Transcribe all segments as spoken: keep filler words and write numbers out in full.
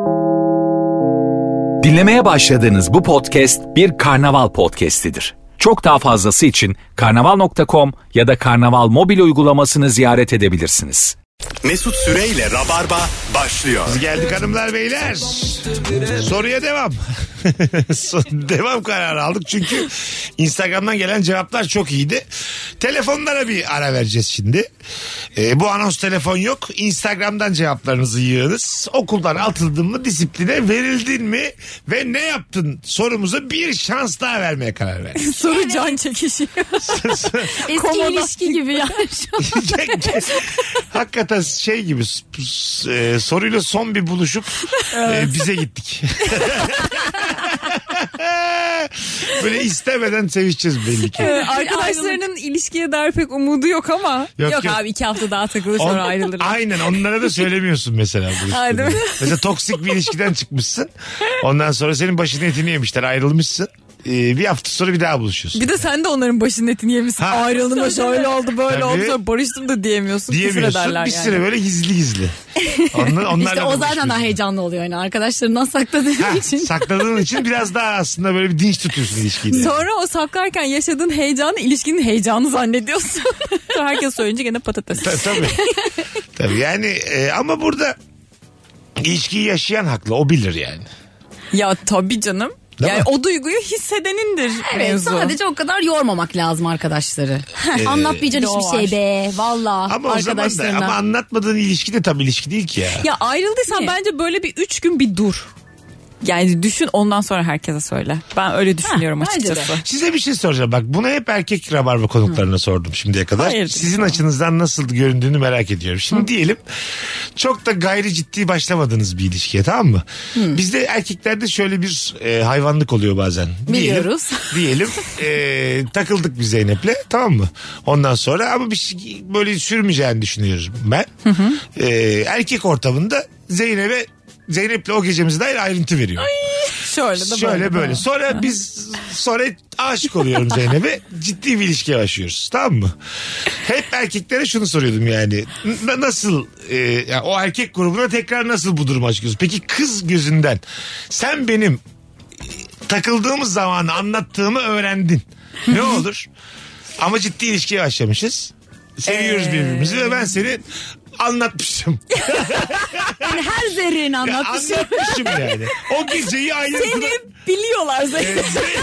Dinlemeye başladığınız bu podcast bir karnaval podcastidir. Çok daha fazlası için karnaval nokta com ya da karnaval mobil uygulamasını ziyaret edebilirsiniz. Mesut Süreyle Rabarba başlıyor. Biz geldik hanımlar beyler. Soruya devam. Devam kararı aldık çünkü Instagram'dan gelen cevaplar çok iyiydi. Telefonlara bir ara vereceğiz şimdi. Ee, bu anons telefon yok. Instagram'dan cevaplarınızı yığınız. Okuldan atıldın mı, disipline verildin mi ve ne yaptın sorumuza bir şans daha vermeye karar verdik. Soru evet. Can çekişiyor. Eski Komoda. ilişki gibi yani şu an. Hakikaten şey gibi e, soruyla son bir buluşup evet. e, bize gittik. Böyle istemeden sevişeceğiz belli ki. Evet, arkadaşlarının ilişkiye dair pek umudu yok ama. Yok, yok, yok. Abi iki hafta daha takılır sonra On, ayrılırız. Aynen, onlara da söylemiyorsun mesela. Hayır, değil mi? Mesela toksik bir ilişkiden çıkmışsın. Ondan sonra senin başını etini yemişler, ayrılmışsın. Ee, bir hafta sonra bir daha buluşuyorsun. Bir de sen de onların başının etini yemişsin. Ha. Ayrıldım da şöyle oldu böyle Tabii. oldu sonra barıştım da diyemiyorsun. Diyemiyorsun bir yani. süre böyle gizli gizli. Onlar, işte o zaten daha heyecanlı oluyor yani arkadaşlarından sakladığın ha, için. Sakladığın için biraz daha aslında böyle bir dinç tutuyorsun ilişkiyi. Sonra o saklarken yaşadığın heyecanı ilişkinin heyecanı zannediyorsun. Herkes söyleyince gene patates. Tabii. Tabii yani e, ama burada ilişkiyi yaşayan haklı, o bilir yani. Ya tabii canım. Değil yani mi? O duyguyu hissedenindir evet, mevzu. Sadece o kadar yormamak lazım arkadaşları. Ee, Anlatmayacaksın hiçbir şey be. Valla ama arkadaşlarına. O zaman da, ama anlatmadığın ilişki de tam ilişki değil ki ya. Ya ayrıldıysan ne? Bence böyle bir üç gün bir dur. Yani düşün, ondan sonra herkese söyle. Ben öyle düşünüyorum ha, açıkçası. Size bir şey soracağım. Bak bunu hep erkek Rabarba konuklarına Hı. sordum şimdiye kadar. Hayır, Sizin tamam. açınızdan nasıl göründüğünü merak ediyorum. Şimdi Hı. diyelim çok da gayri ciddi başlamadığınız bir ilişkiye, tamam mı? Hı. Bizde erkeklerde şöyle bir e, hayvanlık oluyor bazen. Biliyoruz. Diyelim, diyelim e, takıldık biz Zeynep'le, tamam mı? Ondan sonra ama bir şey böyle sürmeyeceğini düşünüyorum ben. Hı hı. E, erkek ortamında Zeynep'e Zeynep'le o gecemize dair ayrıntı veriyor. Ay, şöyle de şöyle böyle. böyle. Sonra Hı. biz sonra aşık oluyorum Zeynep'e. Ciddi bir ilişkiye başlıyoruz. Tamam mı? Hep erkeklere şunu soruyordum yani. N- nasıl e, yani o erkek grubuna tekrar nasıl bu durumu açıklıyorsun? Peki kız gözünden sen benim e, takıldığımız zamanı anlattığımı öğrendin. Ne olur? Ama ciddi ilişkiye başlamışız. Seviyoruz ee... birbirimizi ve ben seni anlatmışım. Yani her zerreni anlatmışım. Ya anlatmışım yani. O geceyi ayrıntılı... Seni biliyorlar zaten.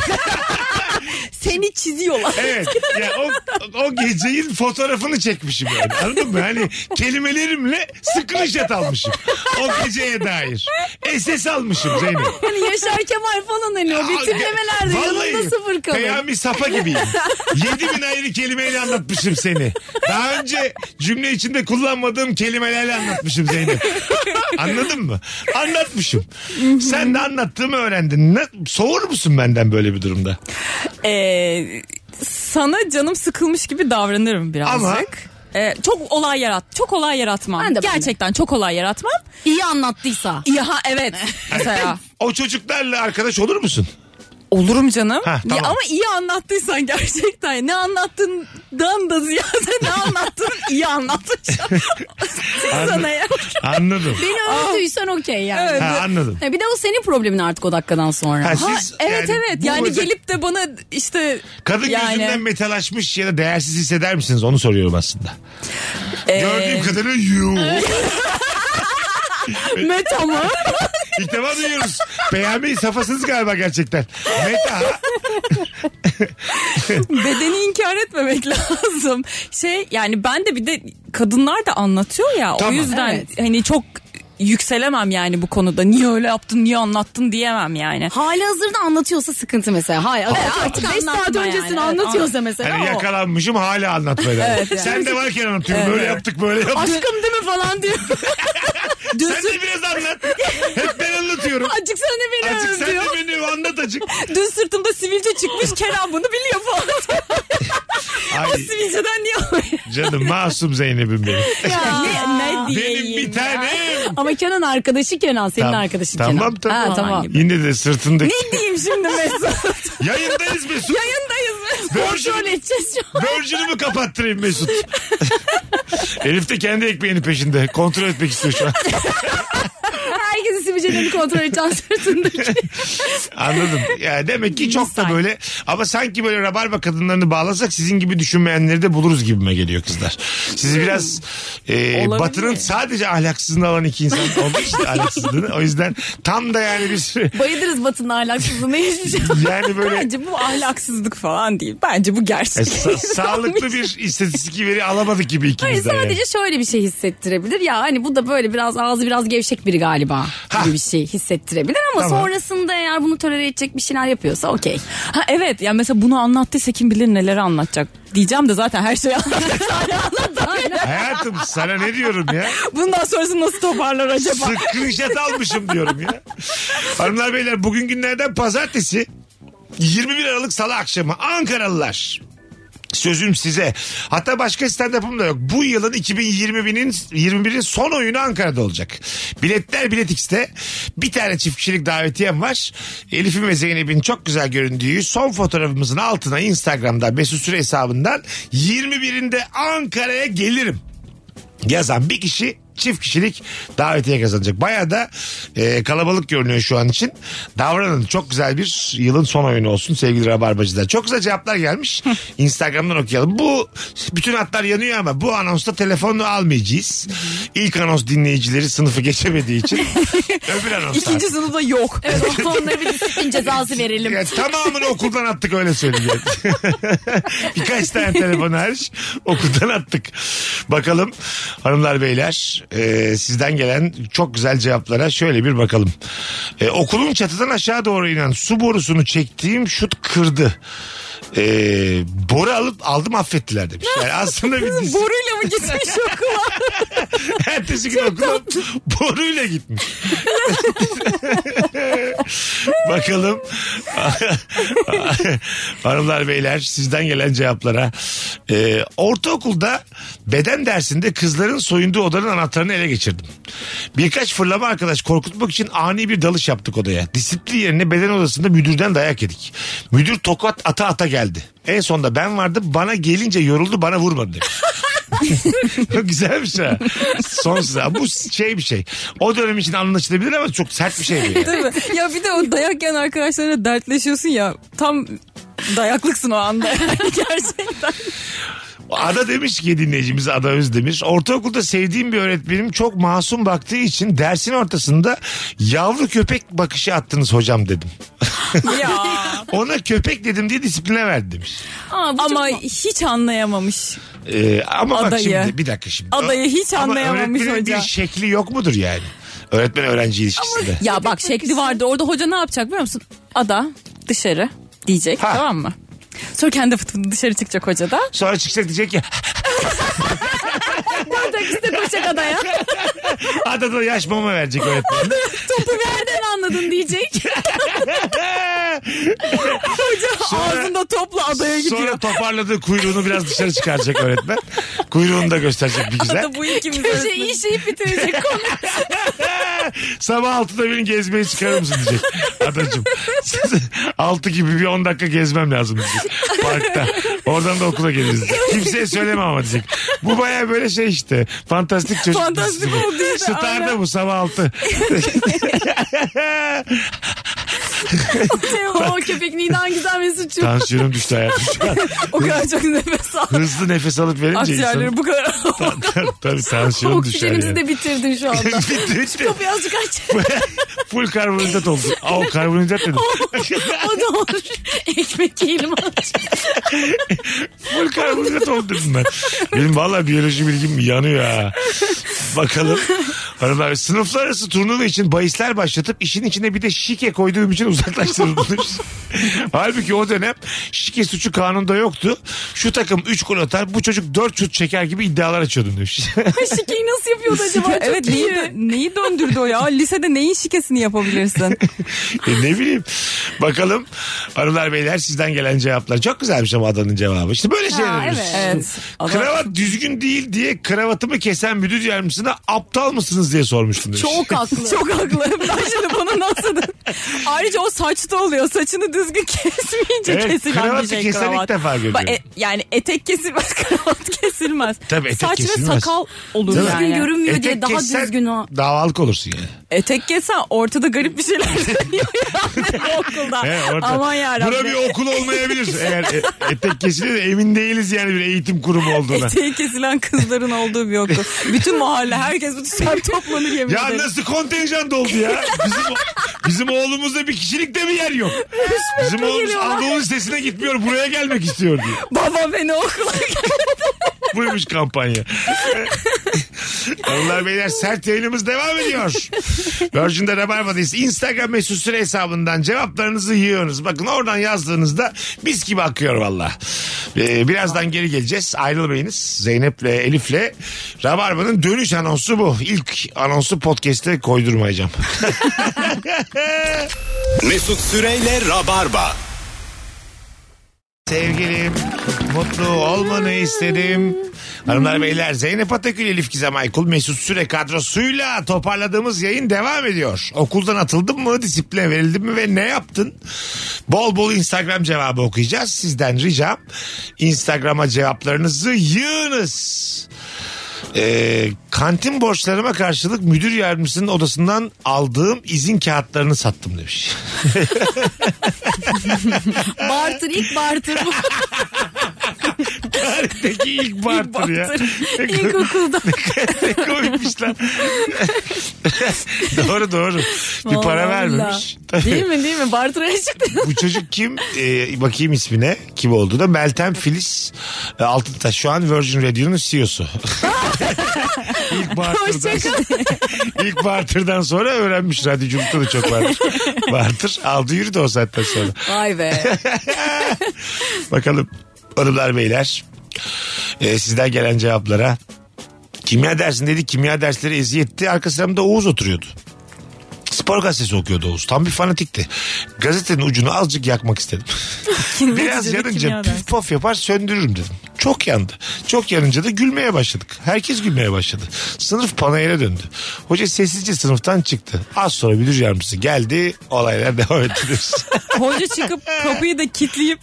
Seni çiziyorlar. Evet. Yani o, o geceyin fotoğrafını çekmişim yani. Anladın mı? Hani kelimelerimle screenshot almışım. O geceye dair. S S almışım Zeynep. Hani Yaşar Kemal falan hani o bitirmemelerde yanında sıfır kalır. Peyami Safa gibiyim. Yedi bin ayrı kelimeyle anlatmışım seni. Daha önce cümle içinde kullanmadığım kelimelerle anlatmışım Zeynep. Anladın mı? Anlatmışım. Sen de anlattığımı öğrendin. Ne, soğur musun benden böyle bir durumda? Ee, sana canım sıkılmış gibi davranırım birazcık. Ama... Ee, çok olay yarat, çok olay yaratmam. Ben de Gerçekten ben de. çok olay yaratmam. İyi anlattıysa. İyi ha evet. Mesela. O çocuklarla arkadaş olur musun? Olurum canım. Heh, tamam. Ya ama iyi anlattıysan gerçekten. Ne anlattığından da ziyade ne anlattın iyi anlattın. Sana ya. Anladım. Beni öldüysen okey yani. Evet. Ha, anladım. Bir de o senin problemin artık o dakikadan sonra. Ha, siz, ha, evet yani evet. Yani özel... gelip de bana işte. Kadın yani... gözünden metalaşmış ya da değersiz hisseder misiniz? Onu soruyorum aslında. Ee... Gördüğüm kadarıyla yuh. Meta mı? İlk defa duyuyoruz. Peyami safasınız galiba gerçekten. Meta. Bedeni inkar etmemek lazım. Şey yani ben de bir de kadınlar da anlatıyor ya. Tamam. O yüzden evet. Hani çok yükselemem yani bu konuda. Niye öyle yaptın, niye anlattın diyemem yani. Hali hazırda anlatıyorsa sıkıntı mesela. Hayır, ha, artık beş saat öncesini yani. Anlatıyorsa mesela. Hani yakalanmışım hala anlatmaya. Evet, yani. Sen de varken anlatıyorum. Evet. Böyle yaptık böyle yaptık. Aşkım değil mi falan diyor. Sen de biraz anlat. Hep ben anlatıyorum. Azıcık sen de beni Azıcık anlatıyor. sen de beni anlat azıcık. Dün sırtımda sivilce çıkmış. Kenan bunu biliyor falan. Ay, o sivilceden niye alıyor? Canım masum Zeynep'im benim. Ya, ne, ne diyeyim benim bir tanem. Ama Kenan arkadaşı Kenan. Senin tamam, arkadaşın tamam, Kenan. Tamam ha, tamam. Yine de sırtındaki. Ne diyeyim şimdi Mesut? Yayındayız Mesut. Yayındayız Mesut. Kontrol edeceğiz şu an. Virgin'imi kapattırayım Mesut. Elif de kendi ekmeğinin peşinde. Kontrol etmek istiyor şu an. Herkesi sivilce Hücrelerini kontrol edeceğim sırtındaki. Anladım. Yani demek ki çok da böyle ama sanki böyle rabarba kadınlarını bağlasak sizin gibi düşünmeyenleri de buluruz gibime geliyor kızlar. Sizi biraz e, Batı'nın sadece ahlaksızlığını alan iki insan olduğu için ahlaksızlığını. O yüzden tam da yani bir sürü. Bayılırız Batı'nın ahlaksızlığına hiçbir şey. Yani böyle. Bence bu ahlaksızlık falan değil. Bence bu gerçek. E, sa- sağlıklı bir istatistik veri alamadık gibi ikimiz de. Hayır sadece yani. Şöyle bir şey hissettirebilir. Ya hani bu da böyle biraz ağzı biraz gevşek biri galiba gibi bir şey hissettirebilir ama tamam. Sonrasında eğer bunu tolere edecek bir şeyler yapıyorsa okey. Ha evet yani mesela bunu anlattıysa kim bilir neleri anlatacak diyeceğim de zaten her şeyi anlattık. Hayatım sana ne diyorum ya? Bundan sonrası nasıl toparlar acaba? Screenshot almışım diyorum ya. Hanımlar beyler bugün günlerden pazartesi yirmi bir Aralık Salı akşamı Ankaralılar. Sözüm size. Hatta başka stand-up'ım da yok. Bu yılın iki bin yirmi birin, yirmi birin son oyunu Ankara'da olacak. Biletler Bilet X'te. Bir tane çift kişilik davetiyem var. Elif'in ve Zeynep'in çok güzel göründüğü son fotoğrafımızın altına Instagram'da Mesut Süre hesabından yirmi birinde Ankara'ya gelirim yazan bir kişi çift kişilik davetiye kazanacak. Bayağı da e, kalabalık görünüyor şu an için. Davranın. Çok güzel bir yılın son oyunu olsun sevgili Rabarbacılar. Çok güzel cevaplar gelmiş. Instagram'dan okuyalım. Bu bütün hatlar yanıyor ama bu anonsta telefonu almayacağız. İlk anons dinleyicileri sınıfı geçemediği için. Öbür anons. İkinci sınıfta yok. Evet onlara bir disiplin cezası verelim. Yani tamamını okuldan attık öyle söyleyeyim. Birkaç tane telefon hariç okuldan attık. Bakalım hanımlar beyler e, sizden gelen çok güzel cevaplara şöyle bir bakalım. E, okulun çatıdan aşağı doğru inen su borusunu çektiğim şut kırdı. Ee, boru alıp aldım affettiler demiş. Yani aslında bir dis- boruyla mı gitmiş okula? Ertesi gün okula boruyla gitmiş. Bakalım hanımlar beyler sizden gelen cevaplara. Ee, ortaokulda beden dersinde kızların soyunduğu odanın anahtarını ele geçirdim. Birkaç fırlama arkadaş korkutmak için ani bir dalış yaptık odaya. Disiplin yerine beden odasında müdürden dayak yedik. Müdür tokat ata ata geldi. En sonunda ben vardım. Bana gelince yoruldu bana vurmadı demiş. Güzelmiş ha. Sonsuz. Bu şey bir şey. O dönem için anlaşılabilir ama çok sert bir şey. Yani. Değil mi? Ya bir de o dayak yiyen arkadaşlarına dertleşiyorsun ya. Tam dayaklıksın o anda. Gerçekten. Ada demiş ki dinleyicimiz Ada Özdemir. Ortaokulda sevdiğim bir öğretmenim çok masum baktığı için dersin ortasında yavru köpek bakışı attınız hocam dedim. Ya. Ona köpek dedim diye disipline verdi demiş. Aa, ama çok... hiç anlayamamış. Ee, ama adayı. Bak şimdi bir dakika şimdi. Adayı hiç ama anlayamamış hoca. Öğretmenin bir şekli yok mudur yani? Öğretmen öğrenci ilişkisinde. Ama, ya bak şekli vardı orada hoca ne yapacak biliyor musun? Ada dışarı diyecek ha. Tamam mı? Sonra kendi fıt fıt dışarı çıkacak hoca da. Sonra çıkacak diyecek ki. Dört işte koşacak adaya. Ada da yaş mama verecek öğretmen. Topu nereden anladın diyecek. Hoca sonra, ağzında topla adaya gidiyor. Sonra toparladığı kuyruğunu biraz dışarı çıkaracak öğretmen. Kuyruğunu da gösterecek bir güzel. Ada bu ikimiz arasında. Köşe işleyip bitirecek konu. Sabah altıda beni gezmeye çıkarır mısın diyecek. Adacığım. Altı gibi bir on dakika gezmem lazım diyecek. Parkta. Oradan da okula geliriz. Kimseye söyleme ama diyecek. Bu baya böyle şey işte. Fantastik çocuk. Fantastik oldu işte. Star'da bu sabah altı. O köpek neyden güzel Mesut'cum. Tansiyonum düştü hayatım. O kadar çok nefes al. Hızlı nefes alıp verince akciğerleri insan... bu kadar. Tabii tansiyonum düşer Oksijenimizi yani. de bitirdin şu anda. bitti bitti. Şu kapıyı azıcık aç. Full karbonhidrat oldu. Aa, o karbonhidrat dedim. O da olur. Ekmek yiyelim aç. Full karbonhidrat oldu dedim ben. Benim valla biyoloji bilgim yanıyor ha. Bakalım. Hanımlar sınıflar arası turnuva için bahisler başlatıp işin içine bir de şike koyduğum için uzaklaştırılmış. Halbuki o dönem şike suçu kanunda yoktu. Şu takım üç gol atar bu çocuk dört şut çeker gibi iddialar açıyordum demiş. Şikeyi nasıl yapıyordu acaba? Evet neyi, neyi döndürdü o ya? Lisede neyin şikesini yapabilirsin? e, ne bileyim. Bakalım hanımlar beyler sizden gelen cevaplar. Çok güzelmiş ama adanın cevabı. İşte böyle şeyler. Evet. evet. Kravat düzgün değil diye kravatımı kesen müdür yardımcısına aptal mısınız diye sormuştum demiş. Çok haklı. Çok haklı. Ben şimdi bunu nasıl... Ayrıca o saçta oluyor. Saçını düz düzgün kesmeyince Evet, kesilen kravatı bir şey kesen ilk kravat. defa görüyorum. Ba- e- yani etek kesilmez, kravat kesilmez. Tabii etek Saç kesilmez. ve sakal olur Değil mi? yani. Düzgün görünmüyor diye Etek daha kessen düzgün o. davalık olursun yani. Etek kessen ortada garip bir şeyler dönüyor yani okulda. He, orada. Aman yarabbim. Bura bir okul olmayabilir. Eğer e- etek kesilir emin değiliz yani bir eğitim kurumu olduğuna. Eteği kesilen kızların olduğu bir okul. Bütün mahalle, herkes bütün semt toplanır yemin Ya ederim. nasıl kontenjan doldu ya? Bizim bizim oğlumuzda bir kişilikte mi yer yok? Bizim oğlumuz Anadolu Lisesi'ne gitmiyor buraya gelmek istiyor diyor. Baba beni okula Buymuş kampanya. Hanımlar beyler sert yayınımız devam ediyor. Virgin'de Rabarba'dayız. Instagram mesut süre hesabından cevaplarınızı yığıyorsunuz. Bakın oradan yazdığınızda mis gibi akıyor valla. Ee, birazdan geri geleceğiz. Ayrılmayınız. Zeynep'le Elif'le Rabarba'nın dönüş anonsu bu. İlk anonsu podcast'e koydurmayacağım. Mesut Süreyle Rabarba. Sevgilim, mutlu olmanı istedim. Hanımlar beyler Zeynep Atakül, Elif Gizem Aykul, Mesut Süre kadrosuyla toparladığımız yayın devam ediyor. Okuldan atıldın mı, disipline verildin mi ve ne yaptın? Bol bol Instagram cevabı okuyacağız. Sizden ricam Instagram'a cevaplarınızı yığınız. Ee, kantin borçlarıma karşılık müdür yardımcısının odasından aldığım izin kağıtlarını sattım demiş. Bartır ilk bartır bu. Tarihteki ilk bartır ya. İlkokulda. Ne koymuş lan. Doğru doğru. Bir para vermemiş. Tabii. Değil mi değil mi? Bartır'a çıktı. Bu çocuk kim? Ee, bakayım ismine. Kim olduğu da. Meltem Filiz e, Altıntaş. Şu an Virgin Radio'nun C E O'su. İlk bartırdan, ilk bartırdan sonra öğrenmiş. Radyoculukta da çok vardır. Bartır aldı yürüdü o saatten sonra. Vay be. Bakalım hanımlar beyler. Ee, sizden gelen cevaplara. Kimya dersindeydik. Kimya dersleri eziyetti. Arka sıramda Oğuz oturuyordu. Spor gazetesi okuyordu Oğuz. Tam bir fanatikti. Gazetenin ucunu azıcık yakmak istedim. Biraz yanınca püf pof yapar söndürürüm dedim. Çok yandı. Çok yanınca da gülmeye başladık. Herkes gülmeye başladı. Sınıf panayıra döndü. Hoca sessizce sınıftan çıktı. Az sonra müdür yardımcısı geldi. Olaylar devam ettiriyoruz. Hoca çıkıp kapıyı da kilitleyip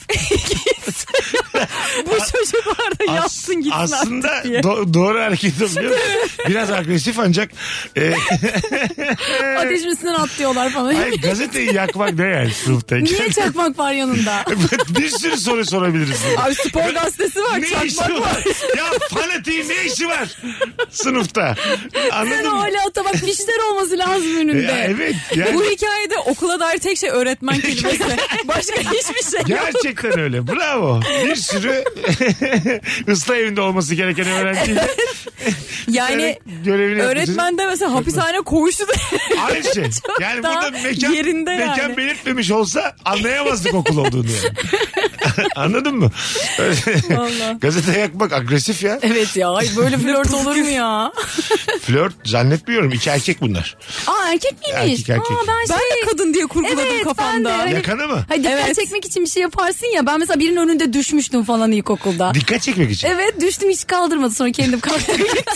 bu çocuklar da yatsın gitsin aslında artık diye. do- doğru hareket ediyor. Biraz agresif ancak e, Ateşin üstünden atlıyorlar falan. hayır, gazeteyi yakmak ne yani sınıftayken? Niye çakmak var yanında? Bir sürü soru sorabiliriz. Abi spor gazetesi var, Ne işi çakmak var. var? Ya fanatiğin ne işi var sınıfta? Anladın Sen mı? hala tabak fişler olması lazım önünde. Ya evet. Yani Bu hikayede okula dair tek şey öğretmen kelimesi. Başka hiçbir şey yok. gerçekten öyle. Bravo. Bir sürü ıslah evinde olması gereken öğrenciyle Yani görevini yapması- öğretmen de mesela hapishane koğuşu da Aynı şey. Çok Yani daha burada mekan, yerinde mekan yani. belirtmemiş olsa anlayamazdık okul olduğunu yani. Anladın mı? Vallahi. Gazete yakmak agresif ya. Evet ya ay böyle flört olur mu ya? Flört zannetmiyorum. İki erkek bunlar. Aa erkek miymiş? Erkek, erkek. Aa, ben Ben şey... de kadın diye kurguladım Evet, ben de. kafamda. Hani- Yakanı mı? Hayır dikkat Evet. çekmek için bir şey yaparsın ya. Ben mesela birinin önünde düşmüştüm falan ilkokulda. Dikkat çekmek için. Evet düştüm hiç kaldırmadı sonra kendim kalktım.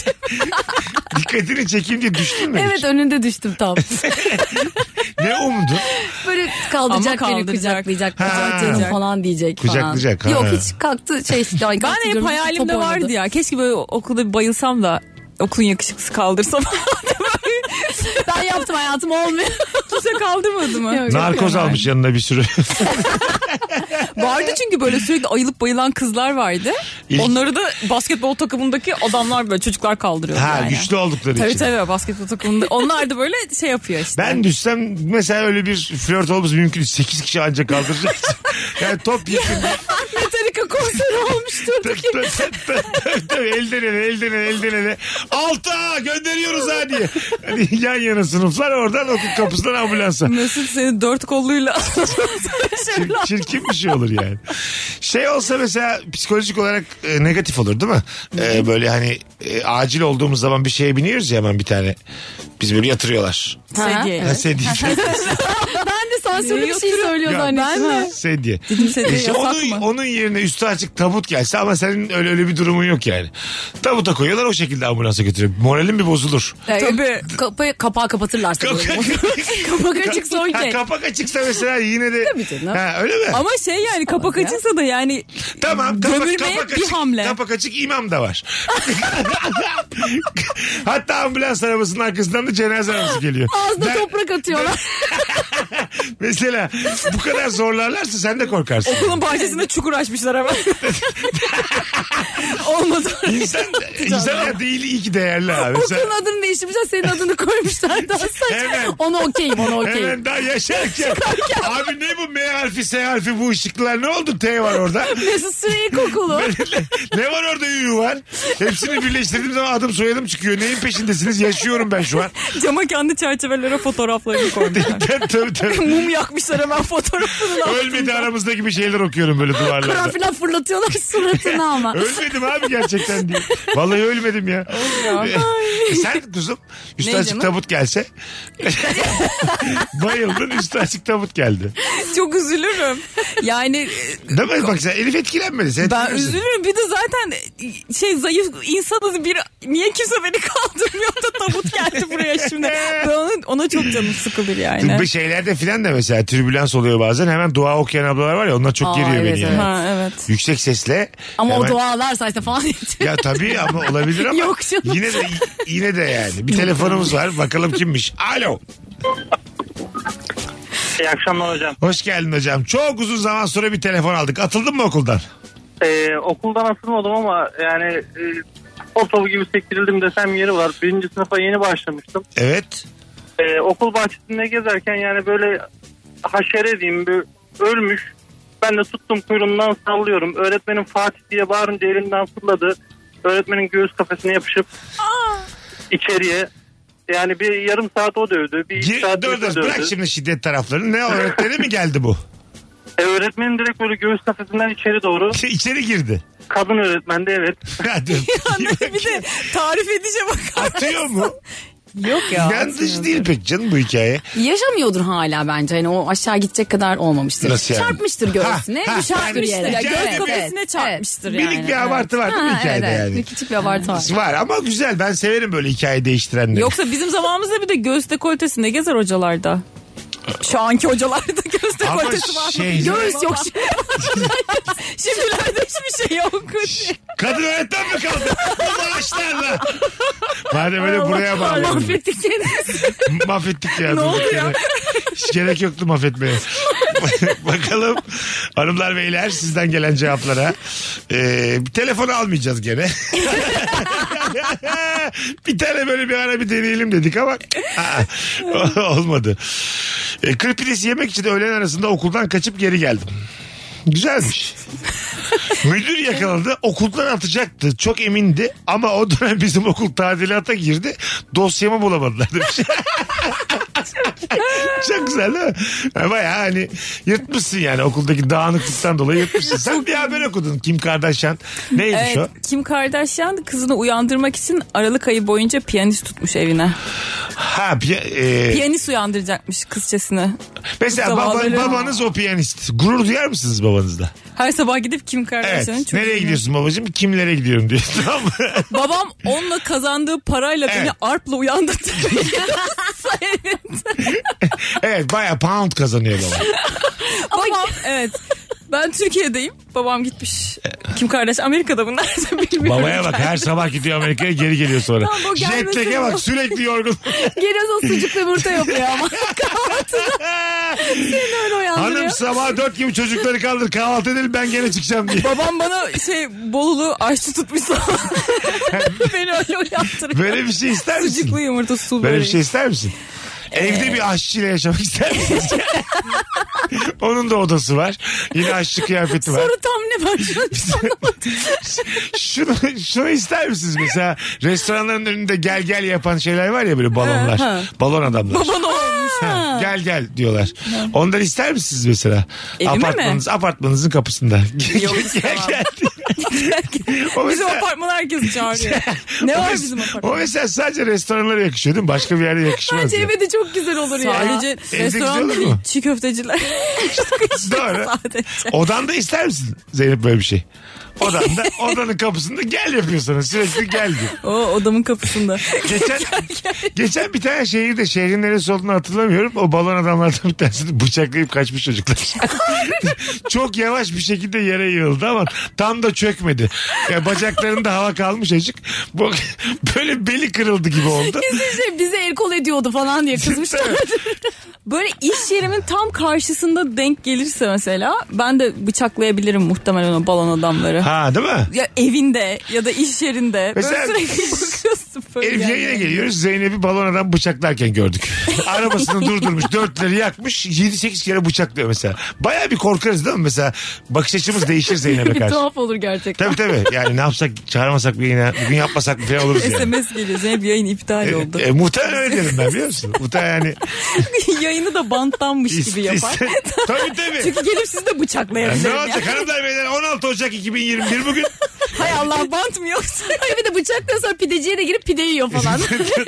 Dikkatini çekeyim diye düştün mü Evet hiç? önünde düştüm tam. Ne umdu? Böyle kaldıracak Ama beni kaldıracak. kucaklayacak. Ha. Kucaklayacak falan diyecek falan. Kucaklayacak, ha. Yok hiç kalktı şey. Yani Ben de hep hayalimde vardı ya. Keşke böyle okulda bir bayılsam da okulun yakışıklısı kaldırsam. Ben yaptım hayatım olmuyor. Kimse kaldırmadı mı? Yok. Narkoz almış yanına bir sürü. Vardı çünkü böyle sürekli ayılıp bayılan kızlar vardı. İlk- Onları da basketbol takımındaki adamlar böyle çocuklar kaldırıyor Ha yani. güçlü oldukları Tabii için. tabii basketbol takımında. Onlar da böyle şey yapıyor işte. Ben düşsem mesela öyle bir flört olması mümkün değil. Sekiz kişi ancak kaldıracak. Yani top yakın. Metallica konseri olmuştur. Tabii elden ele elden ele elden ele. Alta gönderiyoruz ha diye. Hani yan yana sınıflar oradan okul kapısından ambulansa. Mesut seni dört kolluyla Çir- çirkin bir şey olur yani. Şey olsa mesela psikolojik olarak e, negatif olur değil mi? E, böyle hani e, acil olduğumuz zaman bir şeye biniyoruz ya hemen bir tane. Biz böyle yatırıyorlar. sedye. Ha, sedye. Ben de asansörde bir şey söylüyor Ya, zannettim. ben mi? Sedye. Dedim sedye İşte yasak onun, mı? onun yerine üstü açık tabut gelse ama senin öyle öyle bir durumun yok yani. Tabuta koyuyorlar o şekilde ambulansa götürüyor. Moralin bir bozulur. Tabii. Kapı, kapağı kapatırlarsa. Kapak açıksa Ha, okey. kapak açıksa mesela yine de. Tabii canım. Ha, öyle mi? Ama şey yani kapak açılsa da yani Tamam kapak, gömülmeye kapak bir açık, hamle. kapak açık imam da var. Hatta ambulans arabasının arkasından da cenaze arabası geliyor. Ağzına Ben- toprak atıyorlar. Mesela bu kadar zorlarlarsa sen de korkarsın. Okulun bahçesinde çukur açmışlar hemen. Olmadı. İnsan, insan ya değil iyi ki değerli abi. Sen- Okulun adını değiştirmişler, senin adını koymuşlar. Daha Hemen. saçma. Ona okeyim, ona okeyim. Hemen daha yaşarken. Abi ne bu M harfi S harfi bu ışıklar ne oldu T var orada. Mesut Süre ilkokulu. Ne var orada Ü var. Hepsini birleştirdiğim zaman adım soyadım çıkıyor. Neyin peşindesiniz yaşıyorum ben şu an. Cama kendi çerçevelere fotoğraflarını koymuşlar. tabii tabii. Mum yakmışlar hemen fotoğrafının altında. Ölmedi aramızda gibi şeyler okuyorum böyle Kıran duvarlarda. filan fırlatıyorlar suratına ama. Ölmedim abi gerçekten diye. Vallahi ölmedim ya. E sen kuzum üstü Ne açık canım? tabut gelse. Bayıldın üstü açık tabut geldi. Çok üzülürüm. Yani Değil mi? Bak sen Elif etkilenmedi. Sen ben etkilenirsin. üzülürüm. Bir de zaten şey zayıf insanız bir niye kimse beni kaldırmıyor da tabut geldi buraya şimdi. Ben ona, ona çok canım sıkılır yani. Bu şeylerde filan da mesela türbülans oluyor bazen. Hemen dua okuyan ablalar var ya onlar çok Aa, geriyor evet, beni yani. evet. Ha evet. Yüksek sesle. Ama hemen- o dualar sayesinde falan yetiyor. Ya tabii ama olabilir ama. Yok canım. Yine de yine de yani. Bir telefonumuz var. Bakalım kimmiş. Alo. İyi akşamlar hocam. Hoş geldin hocam. Çok uzun zaman sonra bir telefon aldık. Atıldın mı okuldan? Ee, okuldan asılmadım ama yani e, otobü gibi sektirildim desem yeri var. Birinci sınıfa yeni başlamıştım. Evet. Ee, okul bahçesinde gezerken yani böyle haşere diyeyim böyle ölmüş. Ben de tuttum kuyruğundan sallıyorum. Öğretmenim Fatih diye bağırınca elimden fırladı. Öğretmenin göğüs kafesine yapışıp içeriye yani bir yarım saat o dövdü. Bir iki Gir, saat dur o dur bırak dövdü. şimdi şiddet taraflarını. Ne öğretmeni mi geldi bu? E, öğretmenin direkt böyle göğüs kafesinden içeri doğru. İçeri girdi. Kadın öğretmen de evet. Hadi. Bir de tarif edişe bakar. Atıyor mu? Yok ya. Yanlış değil pek canım bu hikaye. Yaşamıyordur hala bence. Hani o aşağı gidecek kadar olmamıştır. Nasıl yani? Çarpmıştır göğsüne. Ha, ha, Düşertir yani yere. işte Ya hikaye göz bir- kafesine çarpmıştır Minik yani. bir abartı var değil mi Ha, hikayede evet, yani? bir küçük bir abartı var. Var ama güzel ben severim böyle hikaye değiştirenleri. Yoksa bizim zamanımızda bir de göğüs dekoltesinde gezer hocalarda. Şu anki hocalarda göğüs Ama dekoltesi var. şey- Göğüs yok. Şimdilerde hiçbir şey yok. Kadın öğretmen mi kaldı? Bu maaşlarla. Madem öyle buraya bağlayalım. Mahvettik kendimizi. Mahvettik ya. Ne durduk oldu ya? yere. Hiç gerek yoktu mahvetmeye. Bakalım hanımlar beyler sizden gelen cevaplara. Ee, bir telefon almayacağız gene. Bir tane böyle bir ara bir deneyelim dedik ama aa, olmadı. E, kır pidesi yemek için öğlen arasında okuldan kaçıp geri geldim. Güzelmiş. Müdür yakaladı okuldan atacaktı çok emindi ama o dönem bizim okul tadilata girdi dosyamı bulamadılar demiş. Çok güzel değil mi? Ha, bayağı hani yırtmışsın yani okuldaki dağınıklıktan dolayı yırtmışsın. Sen bir haber okudun Kim Kardashian. Neymiş Evet, o? Kim Kardashian kızını uyandırmak için Aralık ayı boyunca piyanist tutmuş evine. Ha, piya- e, Piyanist uyandıracakmış kızçesini. mesela baba, Zavallı. babanız o piyanist. Gurur duyar mısınız babanızla? Her sabah gidip Kim Kardashian'ın Evet. çok Nereye ünlü. gidiyorsun babacığım? Kimlere gidiyorum diyor. Tamam mı? Babam onunla kazandığı parayla beni Evet. arpla uyandırdı. Evet bayağı pound kazanıyor baba. Babam evet. Ben Türkiye'deyim. Babam gitmiş. Kim Kardashian Amerika'da bunlar. Bilmiyorum. Babaya bak her sabah gidiyor Amerika'ya geri geliyor sonra. Tamam, o gelmesin Jetlag'e bak o. sürekli yorgun. Geliyorsa sucuklu yumurta yapıyor ama. Seni öyle uyandırıyor. Hanım sabah dört gibi çocukları kaldır kahvaltı edelim ben gene çıkacağım diye. Babam bana şey Bolulu aşçı tutmuş sabah. Beni öyle uyandırıyor. Böyle bir şey ister misin? Sucuklu yumurta su Böyle bir böreği. şey ister misin? Evde bir aşçıyla yaşamak ister misin? Onun da odası var. Yine aşçı kıyafeti var. Soru tam ne var? Şunu, şunu ister misiniz mesela? Restoranların önünde gel gel yapan şeyler var ya böyle balonlar. Ha. Balon adamlar. Baba ne olmuş? Ha, gel gel diyorlar. Ondan ister misiniz mesela? Evime mi? Apartmanınız, apartmanınızın kapısında. Yok, gel istemem. gel. O Bizim mesela- apartman herkes çağırıyor. Ne O var mes- bizim O apartmanda? mesela sadece restoranlara yakışıyor değil mi? Başka bir yerde yakışmaz. Bence ya. eve de çok güzel olur ya. Sadece Evde güzel restoran olur değil, mu? çiğ köfteciler. Doğru. Sadece. Odanda ister misin Zeynep böyle bir şey? Odanda, odanın kapısında gel yapıyor sana. Sürekli gel diyor. O odamın kapısında. Geçen, geçen bir tane şehirde, şehrin neresi olduğunu hatırlamıyorum. O balon adamlardan bir tanesini bıçaklayıp kaçmış çocuklar. Çok yavaş bir şekilde yere yığıldı ama tam da çökmedi. Yani bacaklarında hava kalmış azıcık. Bu- Böyle beli kırıldı gibi oldu. Şey, bize el kol ediyordu falan diye kızmışlar. Böyle iş yerimin tam karşısında denk gelirse mesela ben de bıçaklayabilirim muhtemelen o balon adamları. Ha değil mi? Ya evinde ya da iş yerinde. Mesela- Böyle sürekli bakıyorsun. Böyle Elif yani. yayına geliyoruz. Zeynep'i balon adam bıçaklarken gördük. Arabasını durdurmuş. Dörtleri yakmış. Yedi sekiz kere bıçaklıyor mesela. Baya bir korkarız değil mi? Mesela bakış açımız değişir Zeynep'e Bir karşı. tuhaf olur gerçekten. Tabii tabii. Yani ne yapsak çağırmasak bir yine bugün yapmasak mı falan oluruz S yani. M S geliyor. Zeynep yayın iptal oldu. E, e, muhtemelen öyle derim ben biliyor musun? Muhtemelen yani. Yayını da bantlanmış gibi yapar. İste- tabii tabii. Çünkü gelip sizi de Yani bıçaklayabilirim. ne olacak hanımlar beyler on altı Ocak iki bin yirmi bir bugün. Hay Allah bant mı yoksa? Ay bir de bıçaktan sonra pideciye de girip pide yiyor falan.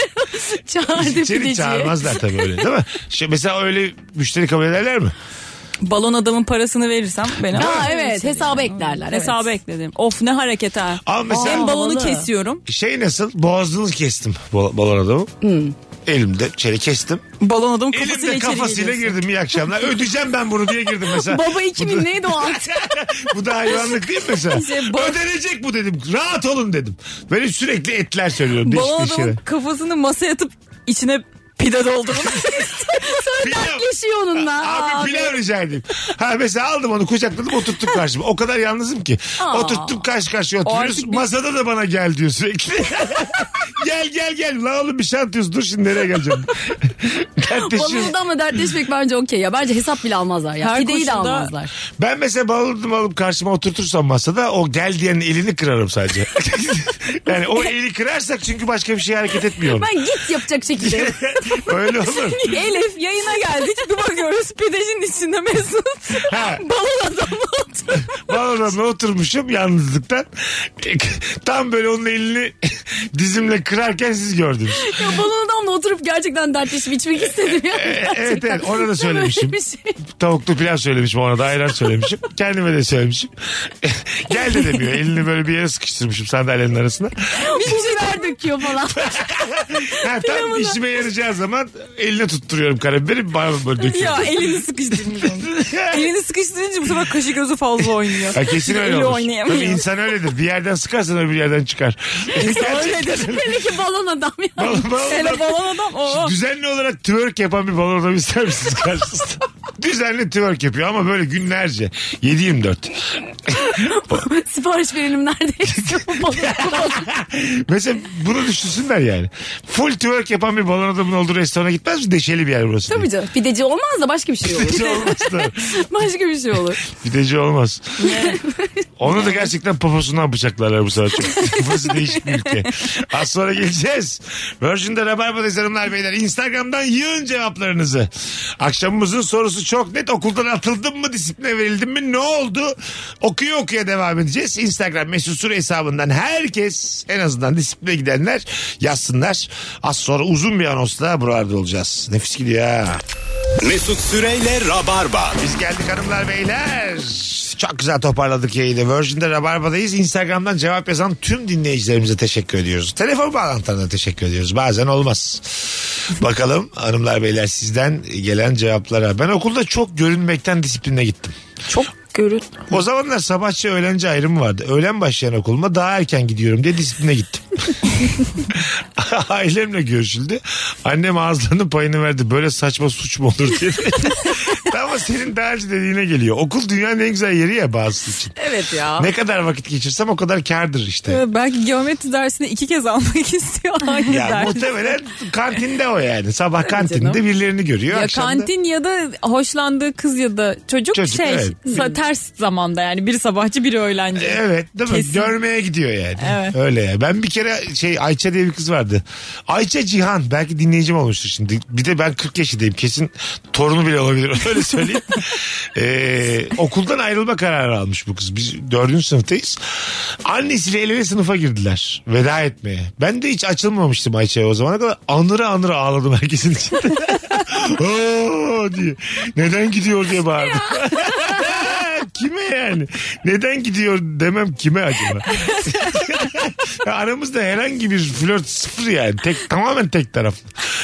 Çağırdı İçeri pideciye. çağırmazlar tabii öyle değil mi? Şu, mesela öyle müşteri kabul ederler mi? Balon adamın parasını verirsem benim. Ha evet hesaba eklerler. Evet. Hesabı ekledim. Of ne hareket ha. Ama mesela- Hem balonu havalı. kesiyorum. Şey nasıl? Boğazını kestim bal- balon adamı. Elimde şöyle kestim. Balon adamın kafasıyla Elimde içeri kafasıyla geliyorsun. girdim iyi akşamlar. Ödeyeceğim ben bunu diye girdim mesela. Baba iki Bu bin da- neydi o an? Bu da hayvanlık değil mi mesela? İşte ba- Ödenecek bu dedim. Rahat olun dedim. Böyle sürekli etler söylüyorum. Değişik Balon değişik şeyler. adamın kafasını masaya atıp içine pide doldurun. Pilav. Dertleşiyor onunla. Abi pilav rica edeyim. Ha mesela aldım onu kucakladım oturttum karşıma. O kadar yalnızım ki. Aa. Oturttum karşı karşıya oturuyoruz. artık bir- Masada da bana gel diyor sürekli. Gel gel gel. La oğlum bir şey atıyorsun. Dur şimdi nereye geleceğim? Dertleşiyoruz. Balon adamla dertleşmek bence okey ya. Bence hesap bile almazlar ya. Her Pideyi de koşulda- almazlar. Ben mesela balonum alıp karşıma oturtursam masada o gel diyenin elini kırarım sadece. Yani o eli kırarsak çünkü başka bir şey hareket etmiyor. Ben git yapacak şekilde. Öyle olur. Elif yayına geldik bir bakıyoruz pidecinin içinde Mesut. Ha. Balon adamla oturuyor. Balonumla oturmuşum yalnızlıktan. Tam böyle onun elini dizimle kırarken siz gördünüz. Ya balon adamla oturup gerçekten dertleşip içmek istedim ya. E, evet evet ona da söylemişim. Böyle bir şey. Tavuklu pilav söylemişim ona da ayran söylemişim. Kendime de söylemişim. Gel de demiyor. Elini böyle bir yere sıkıştırmışım sandalyenin arasına. Bir şeyler döküyor falan. Ha, tam işime yarayacağı zaman eline tutturuyorum karabiberi bana böyle döküyor. Ya elini sıkıştırmış onu. Elini sıkıştırınca bu sefer kaşı gözü fazla oynuyor. Ha, kesin öyle Eli olur. oynayamıyor. Tabii insan öyledir. Bir yerden sıkarsan öbür yerden çıkar. Gerçekten. Hele ki balon adam ya. Balon- balon Hele adam- balon adam o. Düzenli olarak twerk yapan bir balon adam ister misiniz karşınızda? Düzenli twerk yapıyor ama böyle günlerce. yedi yirmi dört. Sipariş verelim neredeyse. Balon adam. Mesela bunu düşünsünler yani. Full twerk yapan bir balon adamın olduğu restorana gitmez mi? Deşeli bir yer burası. Tabii canım. Pideci olmaz da başka bir şey olur. Pideci olmaz da. Başka bir şey olur. Pideci olmaz. Onu da gerçekten poposundan bıçaklarlar bu sefer. Çok- Burası değişik bir ülke. Az sonra geleceğiz. Virgin'de Rabarba'dayız hanımlar beyler. Instagram'dan yığın cevaplarınızı. Akşamımızın sorusu çok net. Okuldan atıldın mı? Disipline verildin mi? Ne oldu? Okuya okuya devam edeceğiz. Instagram Mesut Süre hesabından herkes en azından disipline gidenler yazsınlar. Az sonra uzun bir anonsla buralarda olacağız. Nefis gidiyor ha. Mesut Süreyle Rabarba. Biz geldik hanımlar beyler. Çok güzel toparladık yayını. Virgin'de Rabarba'dayız. Instagram'dan cevap yazan tüm dinleyicilerimize teşekkür ediyoruz. Telefon bağlantılarına teşekkür ediyoruz. Bazen olmaz. Bakalım hanımlar beyler sizden gelen cevaplara. Ben okulda çok görünmekten disipline gittim. Çok görün. O zamanlar sabahçı öğlenci ayrımı vardı. Öğlen başlayan okuluma daha erken gidiyorum diye disipline gittim. Ailemle görüşüldü. Annem ağızlarının payını verdi. Böyle saçma suç mu olur diye. Ama senin daha önce dediğine geliyor. Okul dünyanın en güzel yeri ya bazısı için. Evet ya. Ne kadar vakit geçirsem o kadar kârdır işte. Evet, belki geometri dersini iki kez almak istiyor aynı Ya ders. muhtemelen kantinde o yani. Sabah kantinde canım. birilerini görüyor. Ya akşam da- kantin ya da hoşlandığı kız ya da çocuk, Çocuk, şey evet. sa- ters zamanda yani biri sabahçı biri öğlenci. Evet değil mi? Kesin. Görmeye gidiyor yani. Evet. Öyle ya. Ben bir kere kere şey Ayça diye bir kız vardı. Ayça Cihan. Belki dinleyicim olmuştur şimdi. Bir de ben kırk yaşındayım. Kesin torunu bile olabilir. Öyle söyleyeyim. ee, okuldan ayrılma kararı almış bu kız. Biz dördüncü sınıftayız. Annesiyle el ele sınıfa girdiler. Veda etmeye. Ben de hiç açılmamıştım Ayça'ya o zamana kadar. Anıra anıra ağladım herkesin içinde. Oo diye. Neden gidiyor diye bağırdım. Kime yani? Neden gidiyor demem kime acaba? Aramızda herhangi bir flört sıfır yani. Tek, tamamen tek taraflı.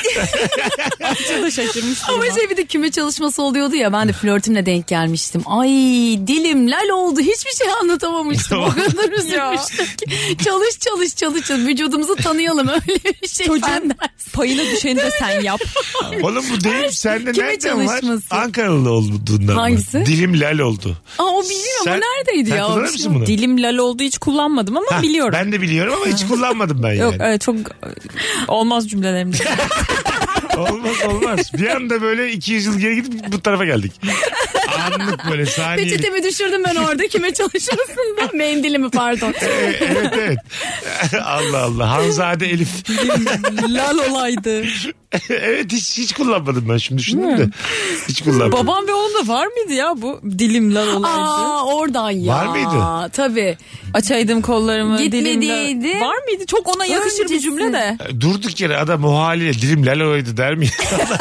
Ayça da şaşırmıştım. Ama şey bir de küme çalışması oluyordu ya, ben de flörtümle denk gelmiştim. Ay dilim lal oldu, hiçbir şey anlatamamıştım. O kadar üzülmüştüm ki. Çalış çalış çalış çalış, vücudumuzu tanıyalım, öyle bir şey. Çocuğun payına düşeni de sen yap. Oğlum bu deyim sende Küme nereden var? çalışması. Ankaralı olduğundan Hangisi? mı? Dilim lal oldu. Aa o biliyorum, Sen- o neredeydi sen ya? kullanır O bir mısın şey- bunu? Dilim lal olduğu hiç kullanmadım ama Ha, biliyorum. Ben de biliyorum ama hiç kullanmadım ben yani. Yok evet, çok olmaz cümlelerimde. Olmaz olmaz. Bir anda böyle iki yüz yıl geri gidip bu tarafa geldik. Anlık böyle saniye. Peçetemi düşürdüm ben orada küme çalışmasında. Mendilimi pardon. Ee, evet evet. Allah Allah. Hanzade Elif. Lal olaydı. Evet hiç hiç kullanmadım ben şimdi düşündüm de. Hiç kullanmadım. Babam ve oğlum da var mıydı ya bu dilim lal olaydı? Aa oradan ya. Var mıydı? Tabii. Açaydım kollarımı. Gitmediydi. dilim lal. Var mıydı? Çok ona yakışır bir Öncesi. cümle de. Durduk yere adam o haliyle dilim lal olaydı der mi?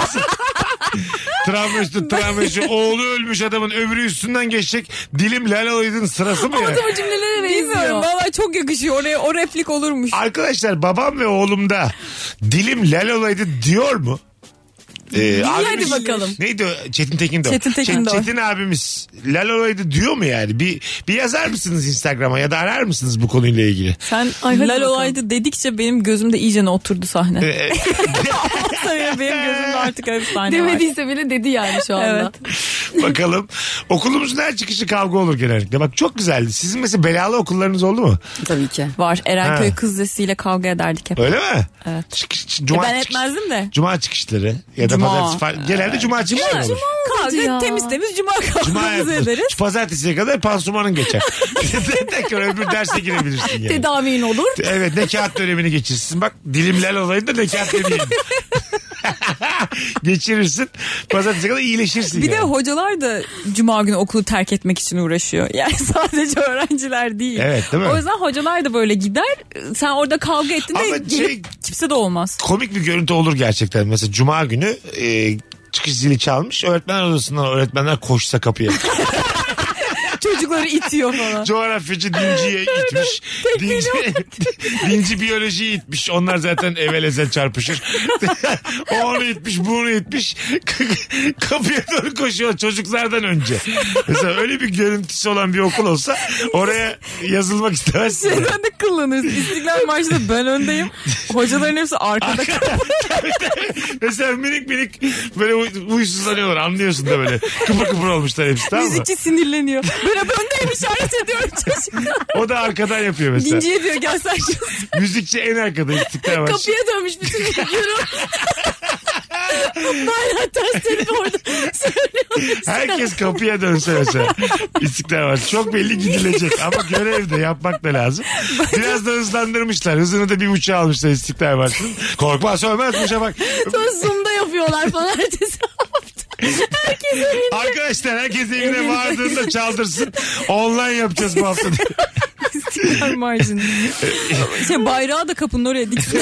Travma üstü travma üstü. Oğlu ölmüş adamın, öbürü üstünden geçecek. Dilim lal olaydın sırası mı ya? O da o cümlelere Bilmiyorum. benziyor. Valla çok yakışıyor. Oraya, o replik olurmuş. Arkadaşlar babam ve oğlumda dilim lal olaydı diyor mu? Ee, Hadi abimiz- bakalım. Neydi o? Çetin Tekin de o. Çetin Tekin Çet- de o. Çetin abimiz lal olaydı diyor mu yani? Bir, bir yazar mısınız Instagram'a ya da arar mısınız bu konuyla ilgili? Sen Ay, hadi lal bakalım. olaydı dedikçe benim gözümde iyice oturdu sahne. Ee, Benim gözümde artık öyle bir sahne var. Demediyse bile dedi yani şu anda. Evet. Bakalım. Okulumuzun her çıkışı kavga olur genellikle. Bak çok güzeldi. Sizin mesela belalı okullarınız oldu mu? Tabii ki. Var. Erenköy Ha. kız lisesiyle kavga ederdik hep. Öyle mi? Evet. Çıkış, E cuma ben çıkış- etmezdim de. Cuma çıkışları ya da Cuma. pazartesi falan. Genelde cuma çıkışları olur. Kavga ya. temiz temiz cuma Cuma kavgamızı yapılır. ederiz. Pazartesiye kadar pansumanın geçer. Tekrar öbür derse girebilirsin yani. Tedavin olur. Evet ne kağıt dönemini geçirirsin. Bak dilimler olayında ne kağıt demeyelim. Geçirirsin. Pazartesi kadar iyileşirsin Bir de yani. hocalar da cuma günü okulu terk etmek için uğraşıyor. Yani sadece öğrenciler değil. Evet, değil mi? O yüzden hocalar da böyle gider. Sen orada kavga ettin de Ama gelip şey- kimse de olmaz. Komik bir görüntü olur gerçekten. Mesela cuma günü e, çıkış zili çalmış. Öğretmenler odasından öğretmenler koşsa kapıya. Çocukları itiyor falan. Coğrafyacı dinciye itmiş. Dinci, dinci biyolojiyi itmiş. Onlar zaten evvel çarpışır. O onu itmiş, bu onu itmiş. Kapıya doğru koşuyor çocuklardan önce. Mesela öyle bir görüntüsü olan bir okul olsa oraya yazılmak istemezsin. Şeyden de kullanırız. İstiklal Marşı'nda ben öndeyim. Hocaların hepsi arkada. Mesela minik minik böyle uy- huysuzlanıyorlar, anlıyorsun da böyle. Kıpır kıpır olmuşlar hepsi, tamam mı? Müzikçi sinirleniyor. Ben hep öndeyim işaret ediyorum çocuklar. O da arkadan yapıyor mesela. Dinciye diyor gel sen kız. Müzikçi en arkada İstiklal Marşı. Kapıya dönmüş bütün yürü. Hala tersleri orada söylüyor. Herkes kapıya dönse mesela. İstiklal Marşı. Çok belli gidilecek ama görevde yapmak da lazım. Biraz da hızlandırmışlar. Hızını da bir uçağa almışlar İstiklal Marşı'nın. Korkma sövmez bu şafak. Sonra Zoom'da yapıyorlar falan. Ertesi hafta. Herkes evinde. Arkadaşlar herkes evine vardığında çaldırsın. Online yapacağız bu hafta diye. İstiklal Marşı'nı. Şey, bayrağı da kapının oraya diksin.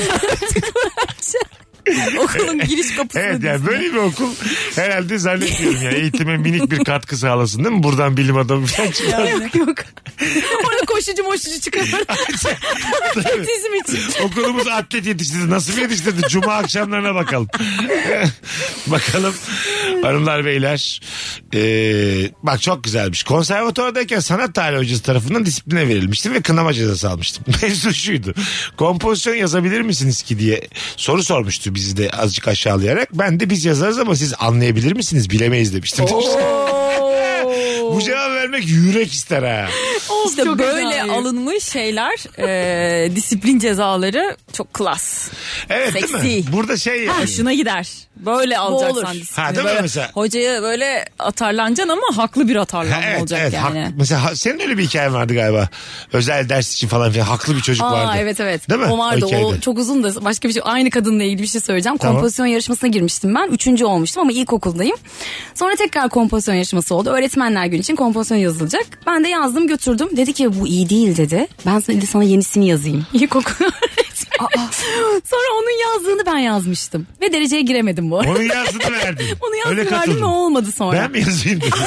Okulun giriş kapısına Evet yani diksin. böyle bir okul herhalde zannetmiyorum ya. Eğitime minik bir katkı sağlasın değil mi? Buradan bilim adamı falan çıkar. Yok yok. Orada koşucu moşucu çıkarlar. Atletizm için. Okulumuz atlet yetiştirdi. Nasıl bir yetiştirdi? Cuma akşamlarına bakalım. Bakalım hanımlar beyler. Ee, bak çok güzelmiş. Konservatuvardayken sanat tarihi hocası tarafından disipline verilmiştim ve kınama cezası almıştım. Mevzu şuydu. Kompozisyon yazabilir misiniz ki diye soru sormuştu bizi de azıcık aşağılayarak. Ben de biz yazarız ama siz anlayabilir misiniz bilemeyiz demiştim. Bu cevap vermek yürek ister ha. İşte çok böyle acayip. alınmış şeyler, e, disiplin cezaları çok klas. Evet değil Seksi. mi? Burada şey yani. Hoşuna gider. Böyle alacaksan olur. disiplini. Ha, değil mi Böyle mesela? Hocaya böyle atarlanacaksın ama haklı bir atarlanma Ha, evet, olacak evet. yani. Hak- mesela ha- senin öyle bir hikayen vardı galiba. Özel ders için falan filan. Haklı bir çocuk Aa, vardı. evet evet. Değil mi? O vardı. O, hikayede. çok uzun da başka bir şey. Aynı kadınla ilgili bir şey söyleyeceğim. Tamam. Kompozisyon yarışmasına girmiştim ben. Üçüncü olmuştum ama ilkokuldayım. Sonra tekrar kompozisyon yarışması oldu. Öğretmenler günü için kompozisyon yazılacak. Ben de yazdım götürdüm. Dedi ki bu iyi değil dedi. Ben sana, sana yenisini yazayım. İlkokul öğretmeni. Sonra onun yazdığını ben yazmıştım. Ve dereceye giremedim bu arada. Onun yazdığını verdin. Onu Öyle yazdım verdim katıldın. ve olmadı sonra. Ben mi yazayım dedim.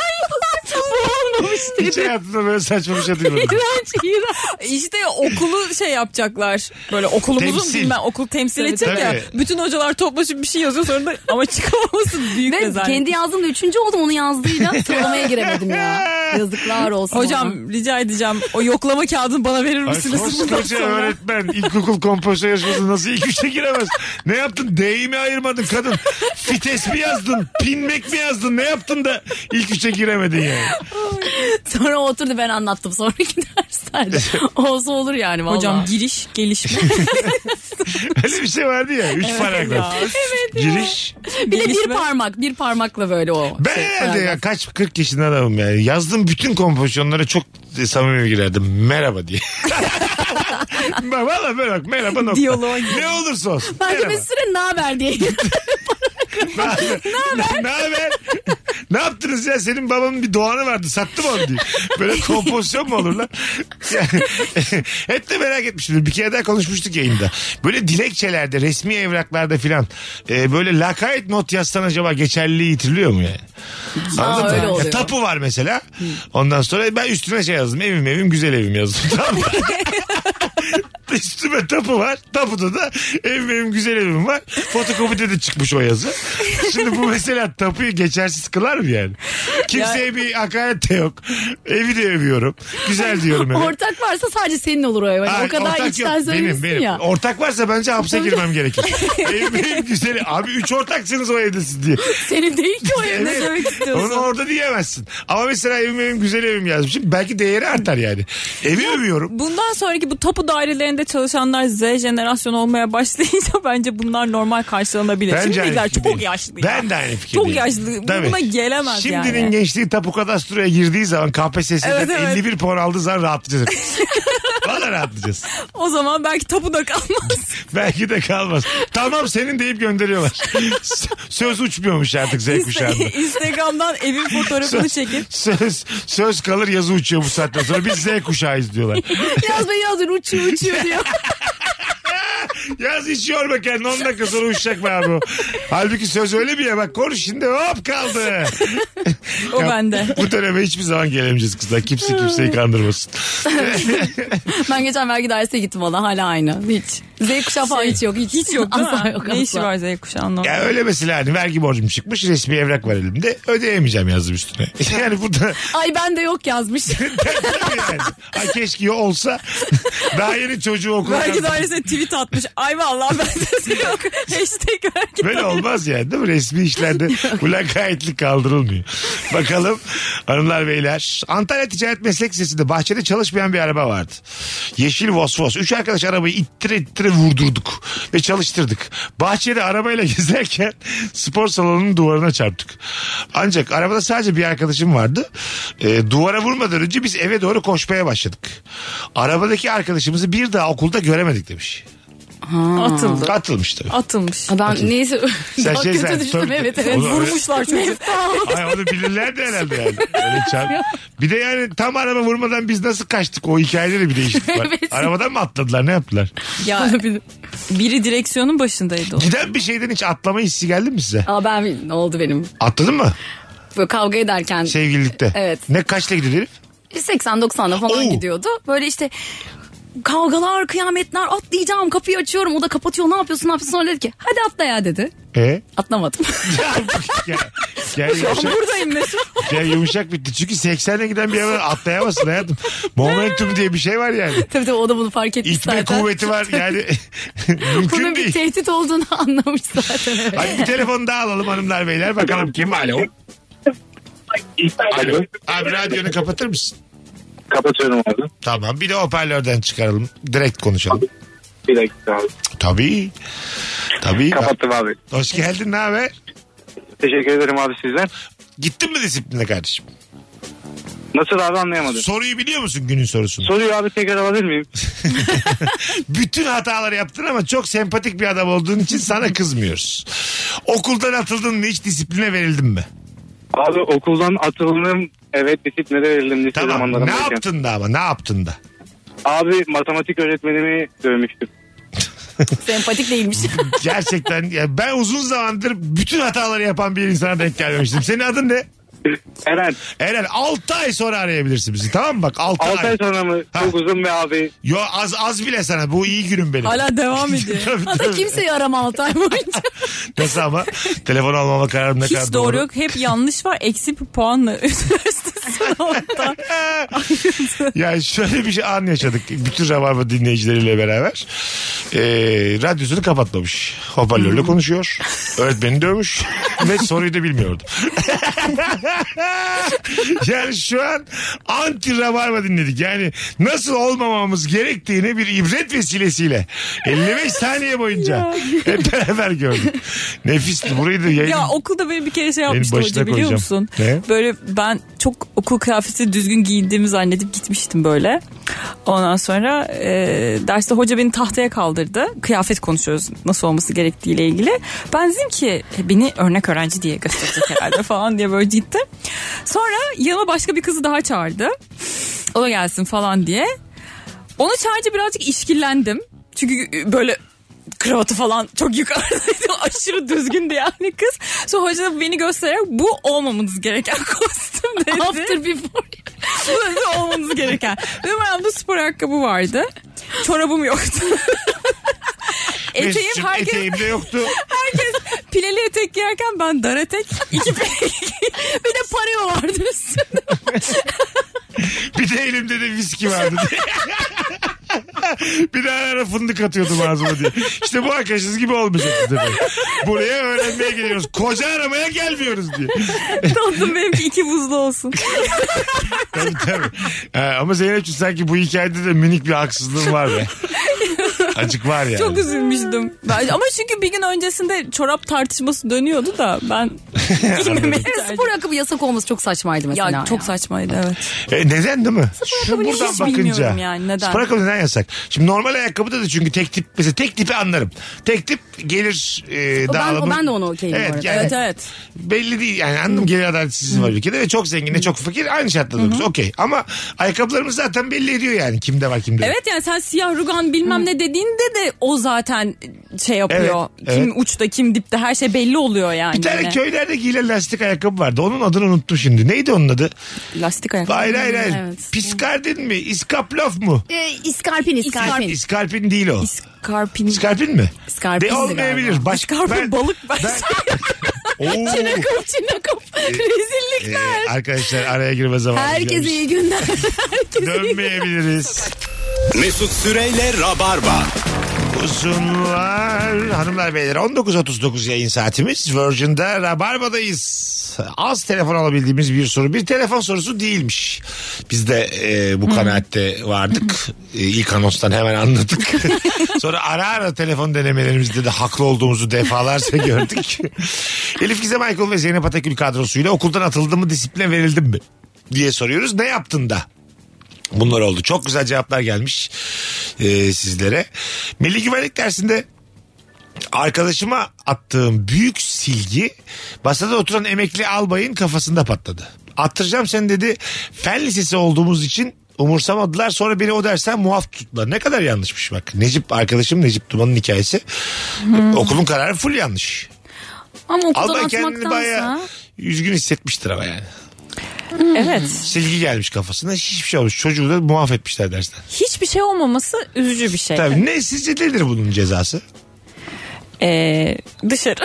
Bu olmamış Hiç dedi. hayatımda böyle saçma bir şey duymadım. İğrenç iğrenç. İşte okulu şey yapacaklar. Böyle okulumuzun Temsil. bilmem okul temsil Tabii, edecek ya. tabii. Bütün hocalar toplaşıp bir şey yazıyor sonra da ama çıkamaması büyük Ve rezalet. kendi yazdığımda üçüncü oldum onu yazdığıyla sıralamaya giremedim ya. Yazıklar olsun. ona. Hocam rica edeceğim o yoklama kağıdını bana verir Ay, misiniz? Bundan koskoca sonra? öğretmen ilkokul kompozisyon yarışması nasıl ilk üçe giremez? Ne yaptın? D'yi mi ayırmadın kadın? Fites mi yazdın? Pinmek mi yazdın? Ne yaptın da ilk üçe giremedin yani? Sonra oturdu ben anlattım sonraki derslerde. Olsa olur yani vallahi. Hocam giriş gelişme. Öyle bir şey vardı ya. Üç paragraf. Giriş. bir de bir gelişme. parmak bir parmakla böyle o. Ben şey, herhalde ya paragraf. kaç kırk yaşında adamım yani. Yazdığım bütün kompozisyonlara çok samimi girerdim. Merhaba diye. Valla böyle bak merhaba nokta. Diyaloğa gir. Ne olursa olsun. Bence merhaba. bir süre ne haber diye. Ne haber? Ne haber? Ne yaptınız ya? Senin babanın bir doğanı vardı. Sattı mı onu diye. Böyle kompozisyon mu olur lan? Yani, hep de merak etmiştim. Bir kere daha konuşmuştuk yayında. Böyle dilekçelerde, resmi evraklarda filan e, böyle lakayt not yazsan acaba geçerliliği yitiriliyor mu yani? Anladın mı? öyle Ya, oluyor. tapu var mesela. Ondan sonra ben üstüne şey yazdım. Evim evim güzel evim yazdım. Tamam mı? Üstüme tapu var. Tapuda da evim evim güzel evim var. Fotokopide de çıkmış o yazı. Şimdi bu mesela tapuyu geçersiz kılar mı yani? Kimseye bir hakaret de yok. Evi de övüyorum. Güzel diyorum eve. Ortak varsa sadece senin olur o ev. Yani Ha, o kadar ortak içten yok. söylemişsin benim, benim. ya. Ortak varsa bence hapse girmem gerekir. evim evim güzel. Abi üç ortaksınız o evdesiniz diye. Senin değil ki o ev. Ne Evet. demek istiyorsun? Onu orada diyemezsin. Ama mesela evim evim güzel evim yazmışım. Belki değeri artar yani. Evi övüyorum. Bundan sonraki bu tapu dairelerinde çalışanlar Z jenerasyonu olmaya başlayınca bence bunlar normal karşılanabilir. Bence Şimdikiler aynı çok fikirdeyim. yaşlı ya. Ben de aynı fikirdeyim. Çok yaşlı. Tabii. Buna gelemez Şimdinin yani. gençliği tapu kadastroya girdiği zaman K P S S'den Evet, evet. elli bir puan aldığı zaman rahatlayacağız. Valla rahatlayacağız. O zaman belki tapu da kalmaz. Belki de kalmaz. Tamam senin deyip gönderiyorlar. S- Söz uçmuyormuş artık Z kuşağında. Instagram'dan evin fotoğrafını çekip. Söz, söz kalır yazı uçuyor bu saatten sonra. Biz Z kuşağıyız diyorlar. Yaz be yazın uçuyor uçuyor diyor. Yaz hiç yorma kendini on dakika sonra uçacak mı abi o? Halbuki söz öyle bir ya bak konuş şimdi hop kaldı. O Ya, bende. Bu döneme hiçbir zaman gelemeyeceğiz kızlar. Kimse kimseyi kandırmasın. Ben geçen vergi dairesine gittim valla hala aynı. Hiç. Z kuşağı falan hiç yok. Hiç, Hiç yok değil Asla mi? yok, Ne işi asla. var Z kuşağının? Ya öyle mesela hani vergi borcum çıkmış resmi evrak var elimde ödeyemeyeceğim yazdım üstüne. Yani burada Ay bende yok yazmış. tabii yani. Ay keşke olsa daha yeni çocuğu okula Vergi gönderdim. dairesine tweet atmış. Ay vallahi bende yok. Hashtag vergi Böyle dairesi. olmaz yani değil mi? Resmi işlerde bu lakayetlik kaldırılmıyor. Bakalım hanımlar beyler. Antalya Ticaret Meslek Lisesi'nde bahçede çalışmayan bir araba vardı. Yeşil Vosvos. Üç arkadaş arabayı ittire ittire vurdurduk ve çalıştırdık. Bahçede arabayla gezerken spor salonunun duvarına çarptık. Ancak arabada sadece bir arkadaşım vardı. E, duvara vurmadan önce biz eve doğru koşmaya başladık. Arabadaki arkadaşımızı bir daha okulda göremedik demiş. Atıldı. Atılmış tabii. Atılmış. Ben neyse. Sen Daha şey kötü sen- düştüm tabii- evet evet. Onu öyle- Vurmuşlar çocuğu. Ay onu bilirler de herhalde yani. Öyle çarp. Bir de yani tam araba vurmadan biz nasıl kaçtık o hikayede de bir değişiklik var. Evet. Arabadan mı atladılar ne yaptılar? Ya biri direksiyonun başındaydı o. Giden bir şeyden hiç atlama hissi geldi mi size? Aa ben ne oldu benim? Atladın mı Böyle kavga ederken sevgililikte? Evet. Ne kaçta gidiyor herif? seksen doksanla falan Oo. gidiyordu. Böyle işte kavgalar, kıyametler atlayacağım kapıyı açıyorum. O da kapatıyor ne yapıyorsun ne yapıyorsun sonra dedi ki hadi atla ya dedi. E? Atlamadım. gel, gel, yumuşak, Buradayım Mesut. gel yumuşak bitti. Çünkü seksenle giden bir yerden atlayamazsın hayatım. Momentum diye bir şey var yani. tabii tabii o da bunu fark etmiş İtme zaten. kuvveti var yani. Mümkün Bunun bir değil. tehdit olduğunu anlamış zaten. Evet. Hadi bir telefon daha alalım hanımlar beyler. Bakalım kim? Alo. Alo. Abi radyonu kapatır mısın? Kapatıyorum abi. Tamam, bir de hoparlörden çıkaralım. Direkt konuşalım. Bir dakika abi. Tabii. Tabii. Kapattım abi. Hoş geldin, ne haber? Teşekkür ederim abi sizden. Gittin mi disipline kardeşim? Nasıl abi anlayamadım. Soruyu biliyor musun, günün sorusunu? Soruyu abi tekrar alabilir miyim? Bütün hataları yaptın ama çok sempatik bir adam olduğun için sana kızmıyoruz. Okuldan atıldın mı, hiç disipline verildin mi? Abi okuldan atıldım. Evet, disipline verildim lise Tamam, ne zamanlarındayken. yaptın da ama ne yaptın da? Abi matematik öğretmenimi dövmüştüm. Sempatik değilmiş. Gerçekten ya, ben uzun zamandır bütün hataları yapan bir insana denk gelmemiştim. Senin adın ne? Eren. Eren, altı ay sonra arayabilirsin bizi, tamam mı? Bak altı altı ay. ay sonra mı? Ha. Çok uzun be abi. Yo, az az bile sana, bu iyi günüm benim. Hala devam ediyor. Tabii, Hatta tabii. kimseyi arama altı ay boyunca. Nasıl ama? Telefon almama kararım ne Hiç kadar doğru, doğru. yok. Hep yanlış var. Eksi bir puanla üniversite sınavında. Yani şöyle bir şey an yaşadık. Bütün Rabarba dinleyicileriyle beraber. Ee, radyosunu kapatmamış. Hoparlörle konuşuyor. Öğretmeni dövmüş. Ve soruyu da bilmiyordu. Yani şu an anti Rabarba dinledik. Yani nasıl olmamamız gerektiğini bir ibret vesilesiyle elli beş saniye boyunca hep beraber gördük. Nefisti. Burayı da yayın... Ya okulda beni bir kere şey yapmıştı başına hoca, biliyor koyacağım. musun? Ne? Böyle ben çok okul kıyafeti düzgün giyindiğimi zannedip gitmiştim böyle. Ondan sonra e, derste hoca beni tahtaya kaldırdı. Kıyafet konuşuyoruz, nasıl olması gerektiğiyle ilgili. Ben dedim ki beni örnek öğrenci diye gösterecek herhalde falan diye böyle gittim. Sonra yanıma başka bir kızı daha çağırdı. O da gelsin falan diye. Onu çağırınca birazcık işkillendim. Çünkü böyle kravatı falan çok yukarıdaydı. Aşırı düzgündü yani kız. Sonra hoca da beni göstererek bu olmamanız gereken kostüm dedi. After before. Bu olmanız gereken. Benim ayağımda spor ayakkabı vardı. Çorabım yoktu. Eteğim Mesut'cum, herkes, eteğim de yoktu. herkes pileli etek giyerken ben dar etek. İki pileli. Bir de pareo vardı üstünde. Bir de elimde de viski vardı diye. Bir de ara fındık atıyordum ağzıma diye. İşte bu arkadaşınız gibi olmayacak. Buraya öğrenmeye geliyoruz. Koca aramaya gelmiyoruz diye. Tatlım, benimki iki buzlu olsun. Tabii tabii. Ee, ama Zeynep'ciğim sanki bu hikayede de minik bir haksızlığın var be. Acık var yani. Çok üzülmüştüm. Ben, ama çünkü bir gün öncesinde çorap tartışması dönüyordu da ben giymemeye tercih. Spor ayakkabı yasak olması çok saçmaydı mesela. Ya çok ya. saçmaydı, evet. E, neden değil mi? Şu ayakkabını buradan hiç bakınca. bilmiyorum yani, neden? Spor ayakkabı neden yasak? Şimdi normal ayakkabıda da çünkü tek tip, mesela tek tipi anlarım. Tek tip gelir e, O ben, dağılımı. o ben de onu okeyim bu Evet, arada. yani Evet evet. belli değil yani, anladım, gelir adaletsizliği var ülkede ve çok zengin de çok fakir aynı şartlarda dururuz, okey. Ama ayakkabılarımız zaten belli ediyor yani kimde var kimde yok. Evet, yani sen siyah rugan bilmem ne dediğinde de o zaten şey yapıyor. Evet, Kim evet. uçta kim dipte, her şey belli oluyor yani. Bir tane Yine. köylerde giyilen lastik ayakkabı vardı. Onun adını unuttum şimdi. Neydi onun adı? Lastik ayakkabı. Hayır hayır hayır. Evet. Piskardin mi? İskaplov mu? Ee, iskarpin iskarpin. İskarpin değil o. İskarpin. İskarpin mi? İskarpin De de olmayabilir. galiba. Başka İskarpin balık ben. Oo. Çinekop çinekop. Rezillikler. Ee, arkadaşlar araya girme zamanı Herkese gelmiş. iyi günler. Herkese iyi günler. Dönmeyebiliriz. Mesut Süreyle Rabarba. Uzunlar hanımlar beyler, on dokuz otuz dokuz yayın saatimiz. Virgin'de Rabarba'dayız. Az telefon alabildiğimiz bir soru. Bir telefon sorusu değilmiş. Biz de e, bu kanaatte vardık. E, ilk anonstan hemen anladık. Sonra ara ara telefon denemelerimizde de haklı olduğumuzu defalarca gördük. Elif Gizem Aykul ve Zeynep Atakül kadrosuyla okuldan atıldı mı, disipline verildim mi diye soruyoruz. Ne yaptın da? Bunlar oldu. Çok güzel cevaplar gelmiş e, sizlere. Milli Güvenlik dersinde arkadaşıma attığım büyük silgi masada oturan emekli albayın kafasında patladı. Attıracağım seni dedi. Fen lisesi olduğumuz için umursamadılar. Sonra beni o dersten muaf tuttular. Ne kadar yanlışmış bak. Necip arkadaşım, Necip Duman'ın hikayesi. Hmm. Okulun kararı full yanlış. Ama okuldan Albay kendini atmaktansa. bayağı üzgün hissetmiştir ama yani. Evet. Silgi gelmiş kafasına, hiçbir şey olmuş. Çocuğu da muaf etmişler dersten. Hiçbir şey olmaması üzücü bir şey. Tabii, ne sizce nedir bunun cezası? Ee, dışarı.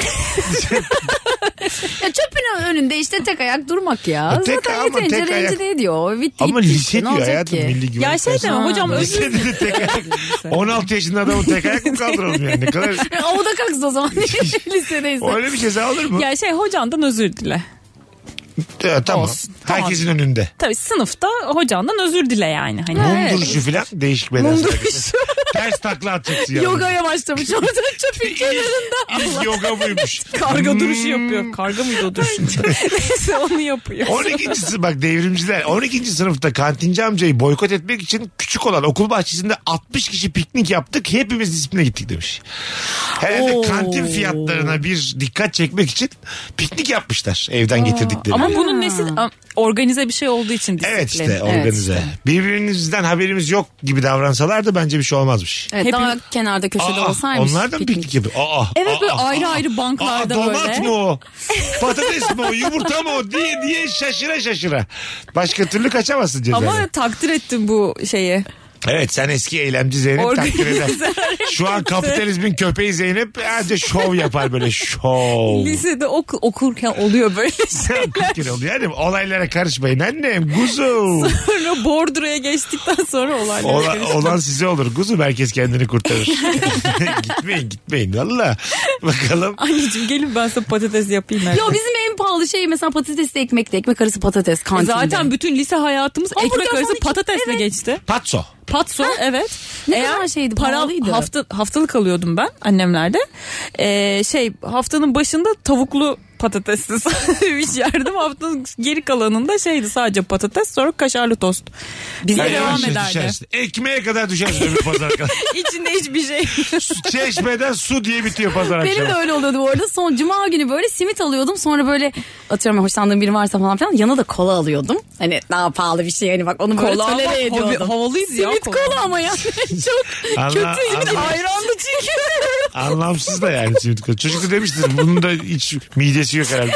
Ya çöpün önünde işte tek ayak durmak ya. Ya tek- Zaten ama yeterince tek ayak- rencide ediyor. Bitti, Ama gitti lise işte. Ne diyor olacak hayatım, ki? milli güvenlik. Ya şey dersi. deme hocam, özür Lisede de tek ayak. on altı yaşında adamı tek ayak mı kaldıralım yani? Ne kadar... Avuda kalksın o zaman. Lisedeyiz. Öyle bir ceza olur mu? Ya şey, hocandan özür dile. Ya, tamam. Olsun, tamam. Herkesin önünde. Tabii sınıfta hocandan özür dile yani. Hani. Mum evet. duruşu falan değişik beden. Mum duruşu. Ters takla atacaksın yani. Yogaya başlamış orada çöpün kenarında. İlk yoga buymuş. Karga duruşu yapıyor. Karga mıydı o duruşun? Neyse onu yapıyor. on ikincisi bak devrimciler on ikinci sınıfta kantinci amcayı boykot etmek için küçük olan okul bahçesinde altmış kişi piknik yaptık. Hepimiz disipline gittik demiş. Herhalde Oo. kantin fiyatlarına bir dikkat çekmek için piknik yapmışlar evden getirdikleri. Ama bunun nesi organize bir şey olduğu için disiplin. Evet işte organize. işte. Birbirimizden haberimiz yok gibi davransalardı bence bir şey olmazmış. Evet, Hepimiz- daha kenarda köşede Aa, olsaymış. onlar da mı piknik yapıyor? Aa, Evet, aa, böyle aa, ayrı aa. ayrı banklarda Aa, domat böyle. mı o? Patates mi o? Yumurta mı o? Diye diye şaşıra şaşıra. Başka türlü kaçamazsın cezadan. Ama takdir ettim bu şeyi. Evet sen eski eylemci Zeynep Organize takdir eder. Şu an kapitalizmin köpeği Zeynep anca şov yapar böyle şov. Lisede ok okurken oluyor böyle şeyler. kırk kere oluyor. Yani olaylara karışmayın annem. Kuzu. Sonra bordroya geçtikten sonra olaylar. Ola, olan size olur. Kuzu herkes kendini kurtarır. Gitmeyin gitmeyin valla. Bakalım. Anneciğim gelin ben size patates yapayım. Yo bizim en pahalı şey mesela patatesli ekmekli. Ekmek arası patates kantinde. Zaten bütün lise hayatımız Hamburger ekmek arası falan hiç- patatesle evet. geçti. Patso. Patso evet. Ne kadar şeydi, pahalıydı. hafta, haftalık alıyordum ben annemlerde. Ee, şey haftanın başında tavuklu patatesli sandviç yerdim. Haftanın geri kalanında şeydi sadece patates sonra kaşarlı tost. Bize Yani devam yavaş ederdi. düşersin. Ekmeğe kadar düşersin öbür pazar kadar. İçinde hiçbir şey. Çeşmeden su diye bitiyor pazar Benim akşamı. de öyle oluyordu bu arada. Son cuma günü böyle simit alıyordum. Sonra böyle atıyorum hoşlandığım biri varsa falan filan yanına da kola alıyordum. Hani daha pahalı bir şey hani bak onu böyle Kola ama tolere ediyordum. hav- havalıydı ya Simit kola. kola ama yani çok Anla- kötü. anla- Ayranlı çünkü. Anlamsız da yani simit kola. Çocuk da demiştir bunun da hiç midesi yok herhalde.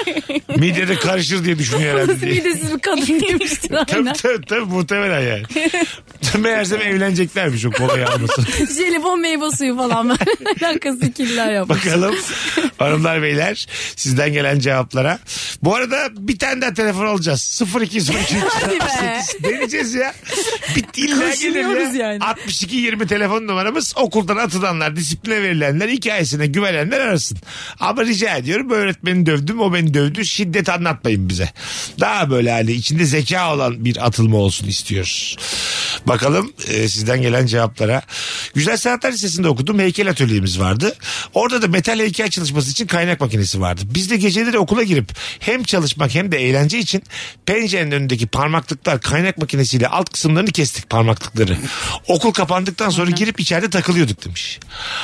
Midede karışır diye düşünüyor herhalde diye. Midesiz bir kadın demiştir Tabii aynen. tabii tabii muhtemelen yani. Meğersem evleneceklermiş o kolayı alması. Jelibon meyve suyu falan böyle alakası killer yapmış. Bakalım hanımlar beyler sizden gelen cevaplara. Bu arada bir tane daha telefon alacağız. sıfır iki sıfır iki Hadi be. deneyeceğiz ya. Bit illa gelir Koşuyoruz ya. yani. altmış iki yirmi telefon numaramız okuldan atılanlar, disipline verilenler, hikayesine güvenenler arasın. Ama rica ediyorum öğretmeni dövdüm o beni dövdü şiddet anlatmayın bize. Daha böyle hani içinde zeka olan bir atılma olsun istiyoruz. Bakalım e, sizden gelen cevaplara. Güzel Sanatlar Lisesi'nde okudum. Heykel atölyemiz vardı. Orada da metal heykel çalışması için kaynak makinesi vardı. Biz de geceleri okula girip hem çalışmak hem de eğlence için pencerenin önündeki parmaklıklar kaynak makinesiyle alt kısımlarını kestik parmaklıkları. Okul kapandıktan sonra girip içeride takılıyorduk demiş.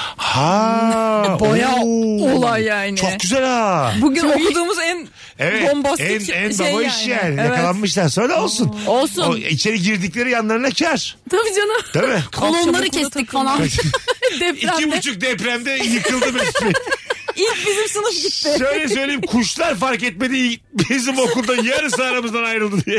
Ha. Bayağı oo. olay yani. Çok güzel ha. Bugün okuduğumuz en Evet. bombastik en, en şey baba yani. iş yani. Evet. Yakalanmışlar sonra da olsun. Olsun. O içeri girdikleri yanlarına kar. Tabii canım. Değil mi? Kolonları kestik falan. İki Depremde. buçuk depremde yıkıldı Mesut Bey. İlk bizim sınıf gitti. Şöyle söyleyeyim kuşlar fark etmedi bizim okulda yarısı aramızdan ayrıldı diye.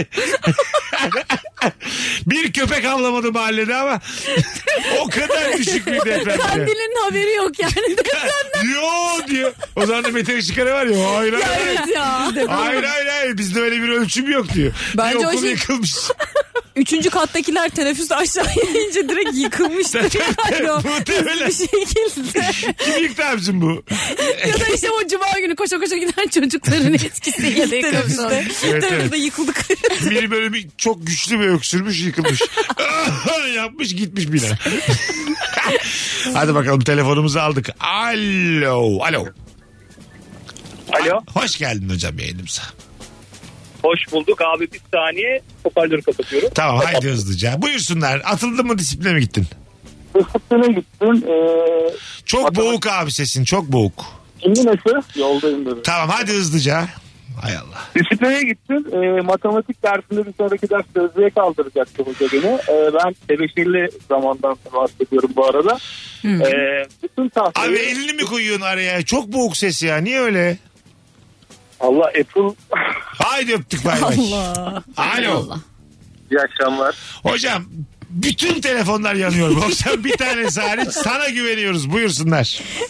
Bir köpek avlamadı mahallede ama o kadar düşük bir deprem. Kendilerinin haberi yok yani. Yo diyor. O zaman da Mete Işıkara var ya. Hayır hayır hayır. Evet ya. Hayır hayır hayır bizde öyle bir ölçüm yok diyor. Bence bir o okul şey- yıkılmış. Üçüncü kattakiler teneffüs aşağıya inince direkt yıkılmıştı. Yani o Muhtemelen. bir şekilde. Kim yıktı abicim bu? Ya da işte o cuma günü koşa koşa giden çocukların etkisiyle yıkılmış. Teneffüste. Evet, Teneffüste yıkıldık. Biri böyle bir çok güçlü bir öksürmüş yıkılmış. Yapmış gitmiş bina. Hadi bakalım telefonumuzu aldık. Alo. Alo. Alo. Hoş geldin hocam yayınımıza. Hoş bulduk abi, bir saniye hoparlörü kapatıyorum. Tamam haydi hızlıca. Buyursunlar. Atıldın mı disipline mi gittin? Disipline gittim. Ee, Çok Matematik- boğuk abi sesin çok boğuk. Şimdi nasıl? Yoldayım dedi. Tamam hadi hızlıca. Hay Allah. Disipline gittim. Ee, matematik dersinde bir sonraki ders sözlüğe kaldıracaktı hoca beni. Ee, ben tebeşirli zamandan bahsediyorum bu arada. Hmm. Ee, bütün tahtayı... Abi elini mi koyuyorsun araya? Çok boğuk ses ya. Niye öyle? Allah Apple... Haydi öptük bay bay. Allah. Alo. Allah. İyi akşamlar. Hocam bütün telefonlar yanıyor. Yoksa bir tanesi hariç sana güveniyoruz. Buyursunlar.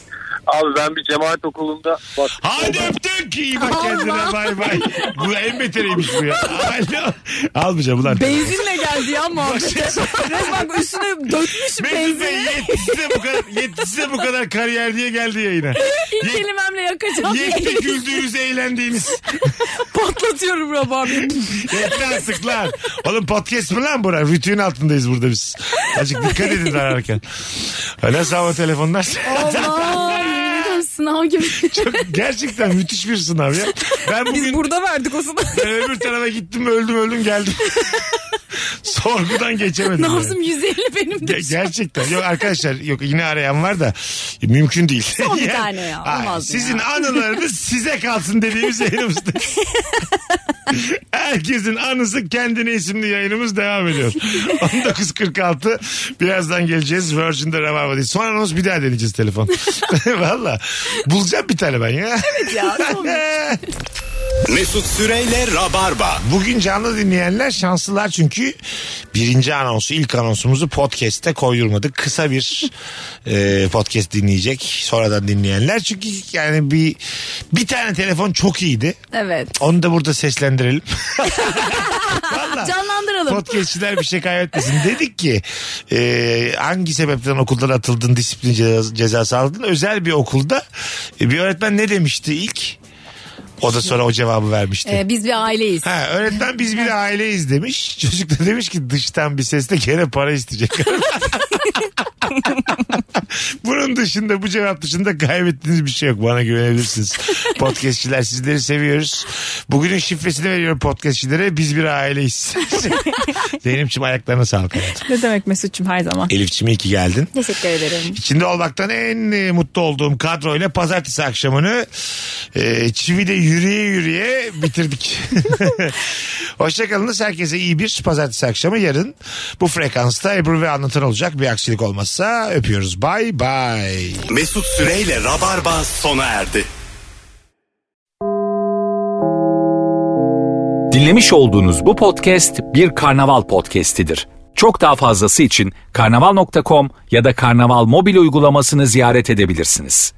Abi ben bir cemaat okulunda bak. Hadi öptük. İyi bak kendine, bay bay. Bu en beteriymiş bu ya. Alo. Almayacağım ulan. Benzinle geldi ya muhabbete. Resmen üstüne dökmüş Mesut Bey benzini. yetkisi bu kadar, yetkisi bu kadar kariyer diye geldi yayına. İlk Ye- kelimemle yakacağım. Yetti güldüğünüz, eğlendiğiniz. Patlatıyorum Rabarba'yı. Yetti artık lan. Oğlum podcast mı lan bura? Rütüğün altındayız burada biz. Azıcık dikkat edin ararken. Nasıl hava telefonlar? Allah, yemin ederim sınav gibi. Çok, gerçekten müthiş bir sınav ya. Ben bugün Biz burada verdik o sınavı. ben öbür tarafa gittim, öldüm öldüm geldim. Sorgudan geçemedim. yani. Nabzım yüz elli benim de. Ge- gerçekten. Yok arkadaşlar, yok yine arayan var da mümkün değil. Son bir tane ya, Hayır, olmaz sizin ya. anılarınız size kalsın dediğimiz yayınımızda. Herkesin anısı kendine isimli yayınımız devam ediyor. on dokuz kırk altı birazdan geleceğiz. Virgin'de Rabarba'dayız. Sonra anons bir daha deneyeceğiz telefon. Valla. Bulacağım bir tane ben ya. Evet ya. Son. Mesut Süreyle Rabarba. Bugün canlı dinleyenler şanslılar çünkü birinci anonsu, ilk anonsumuzu podcast'te koydurmadık. Kısa bir e, podcast dinleyecek sonradan dinleyenler. Çünkü yani bir bir tane telefon çok iyiydi. Evet. Onu da burada seslendirelim. Vallahi. Canlandıralım. Podcastçiler bir şey kaybetmesin. Dedik ki e, hangi sebepten okuldan atıldın, disiplin cezası, cezası aldın? Özel bir okulda e, bir öğretmen ne demişti ilk? O da sonra o cevabı vermişti. Ee, biz bir aileyiz. Ha, öğretmen biz bir aileyiz demiş. Çocuk da demiş ki dıştan bir sesle gene para isteyecek. Bunun dışında, bu cevap dışında kaybettiğiniz bir şey yok. Bana güvenebilirsiniz. Podcastçiler, sizleri seviyoruz. Bugünün şifresini veriyorum podcastçilere. Biz bir aileyiz. Zeynep'ciğim ayaklarına sağlık hayatım. Ne demek Mesut'cum, her zaman. Elif'ciğim iyi ki geldin. Teşekkür ederim. İçinde olmaktan en e, mutlu olduğum kadroyla pazartesi akşamını e, çivide yürüye yürüye bitirdik. Hoşçakalınız. Herkese iyi bir pazartesi akşamı. Yarın bu frekansta Ebru ve Anlatan olacak. Bir aksilik olmazsa öpüyoruz. Bye bye. Mesut Süreyle Rabarba sona erdi. Dinlemiş olduğunuz bu podcast bir karnaval podcastidir. Çok daha fazlası için karnaval nokta com ya da karnaval mobil uygulamasını ziyaret edebilirsiniz.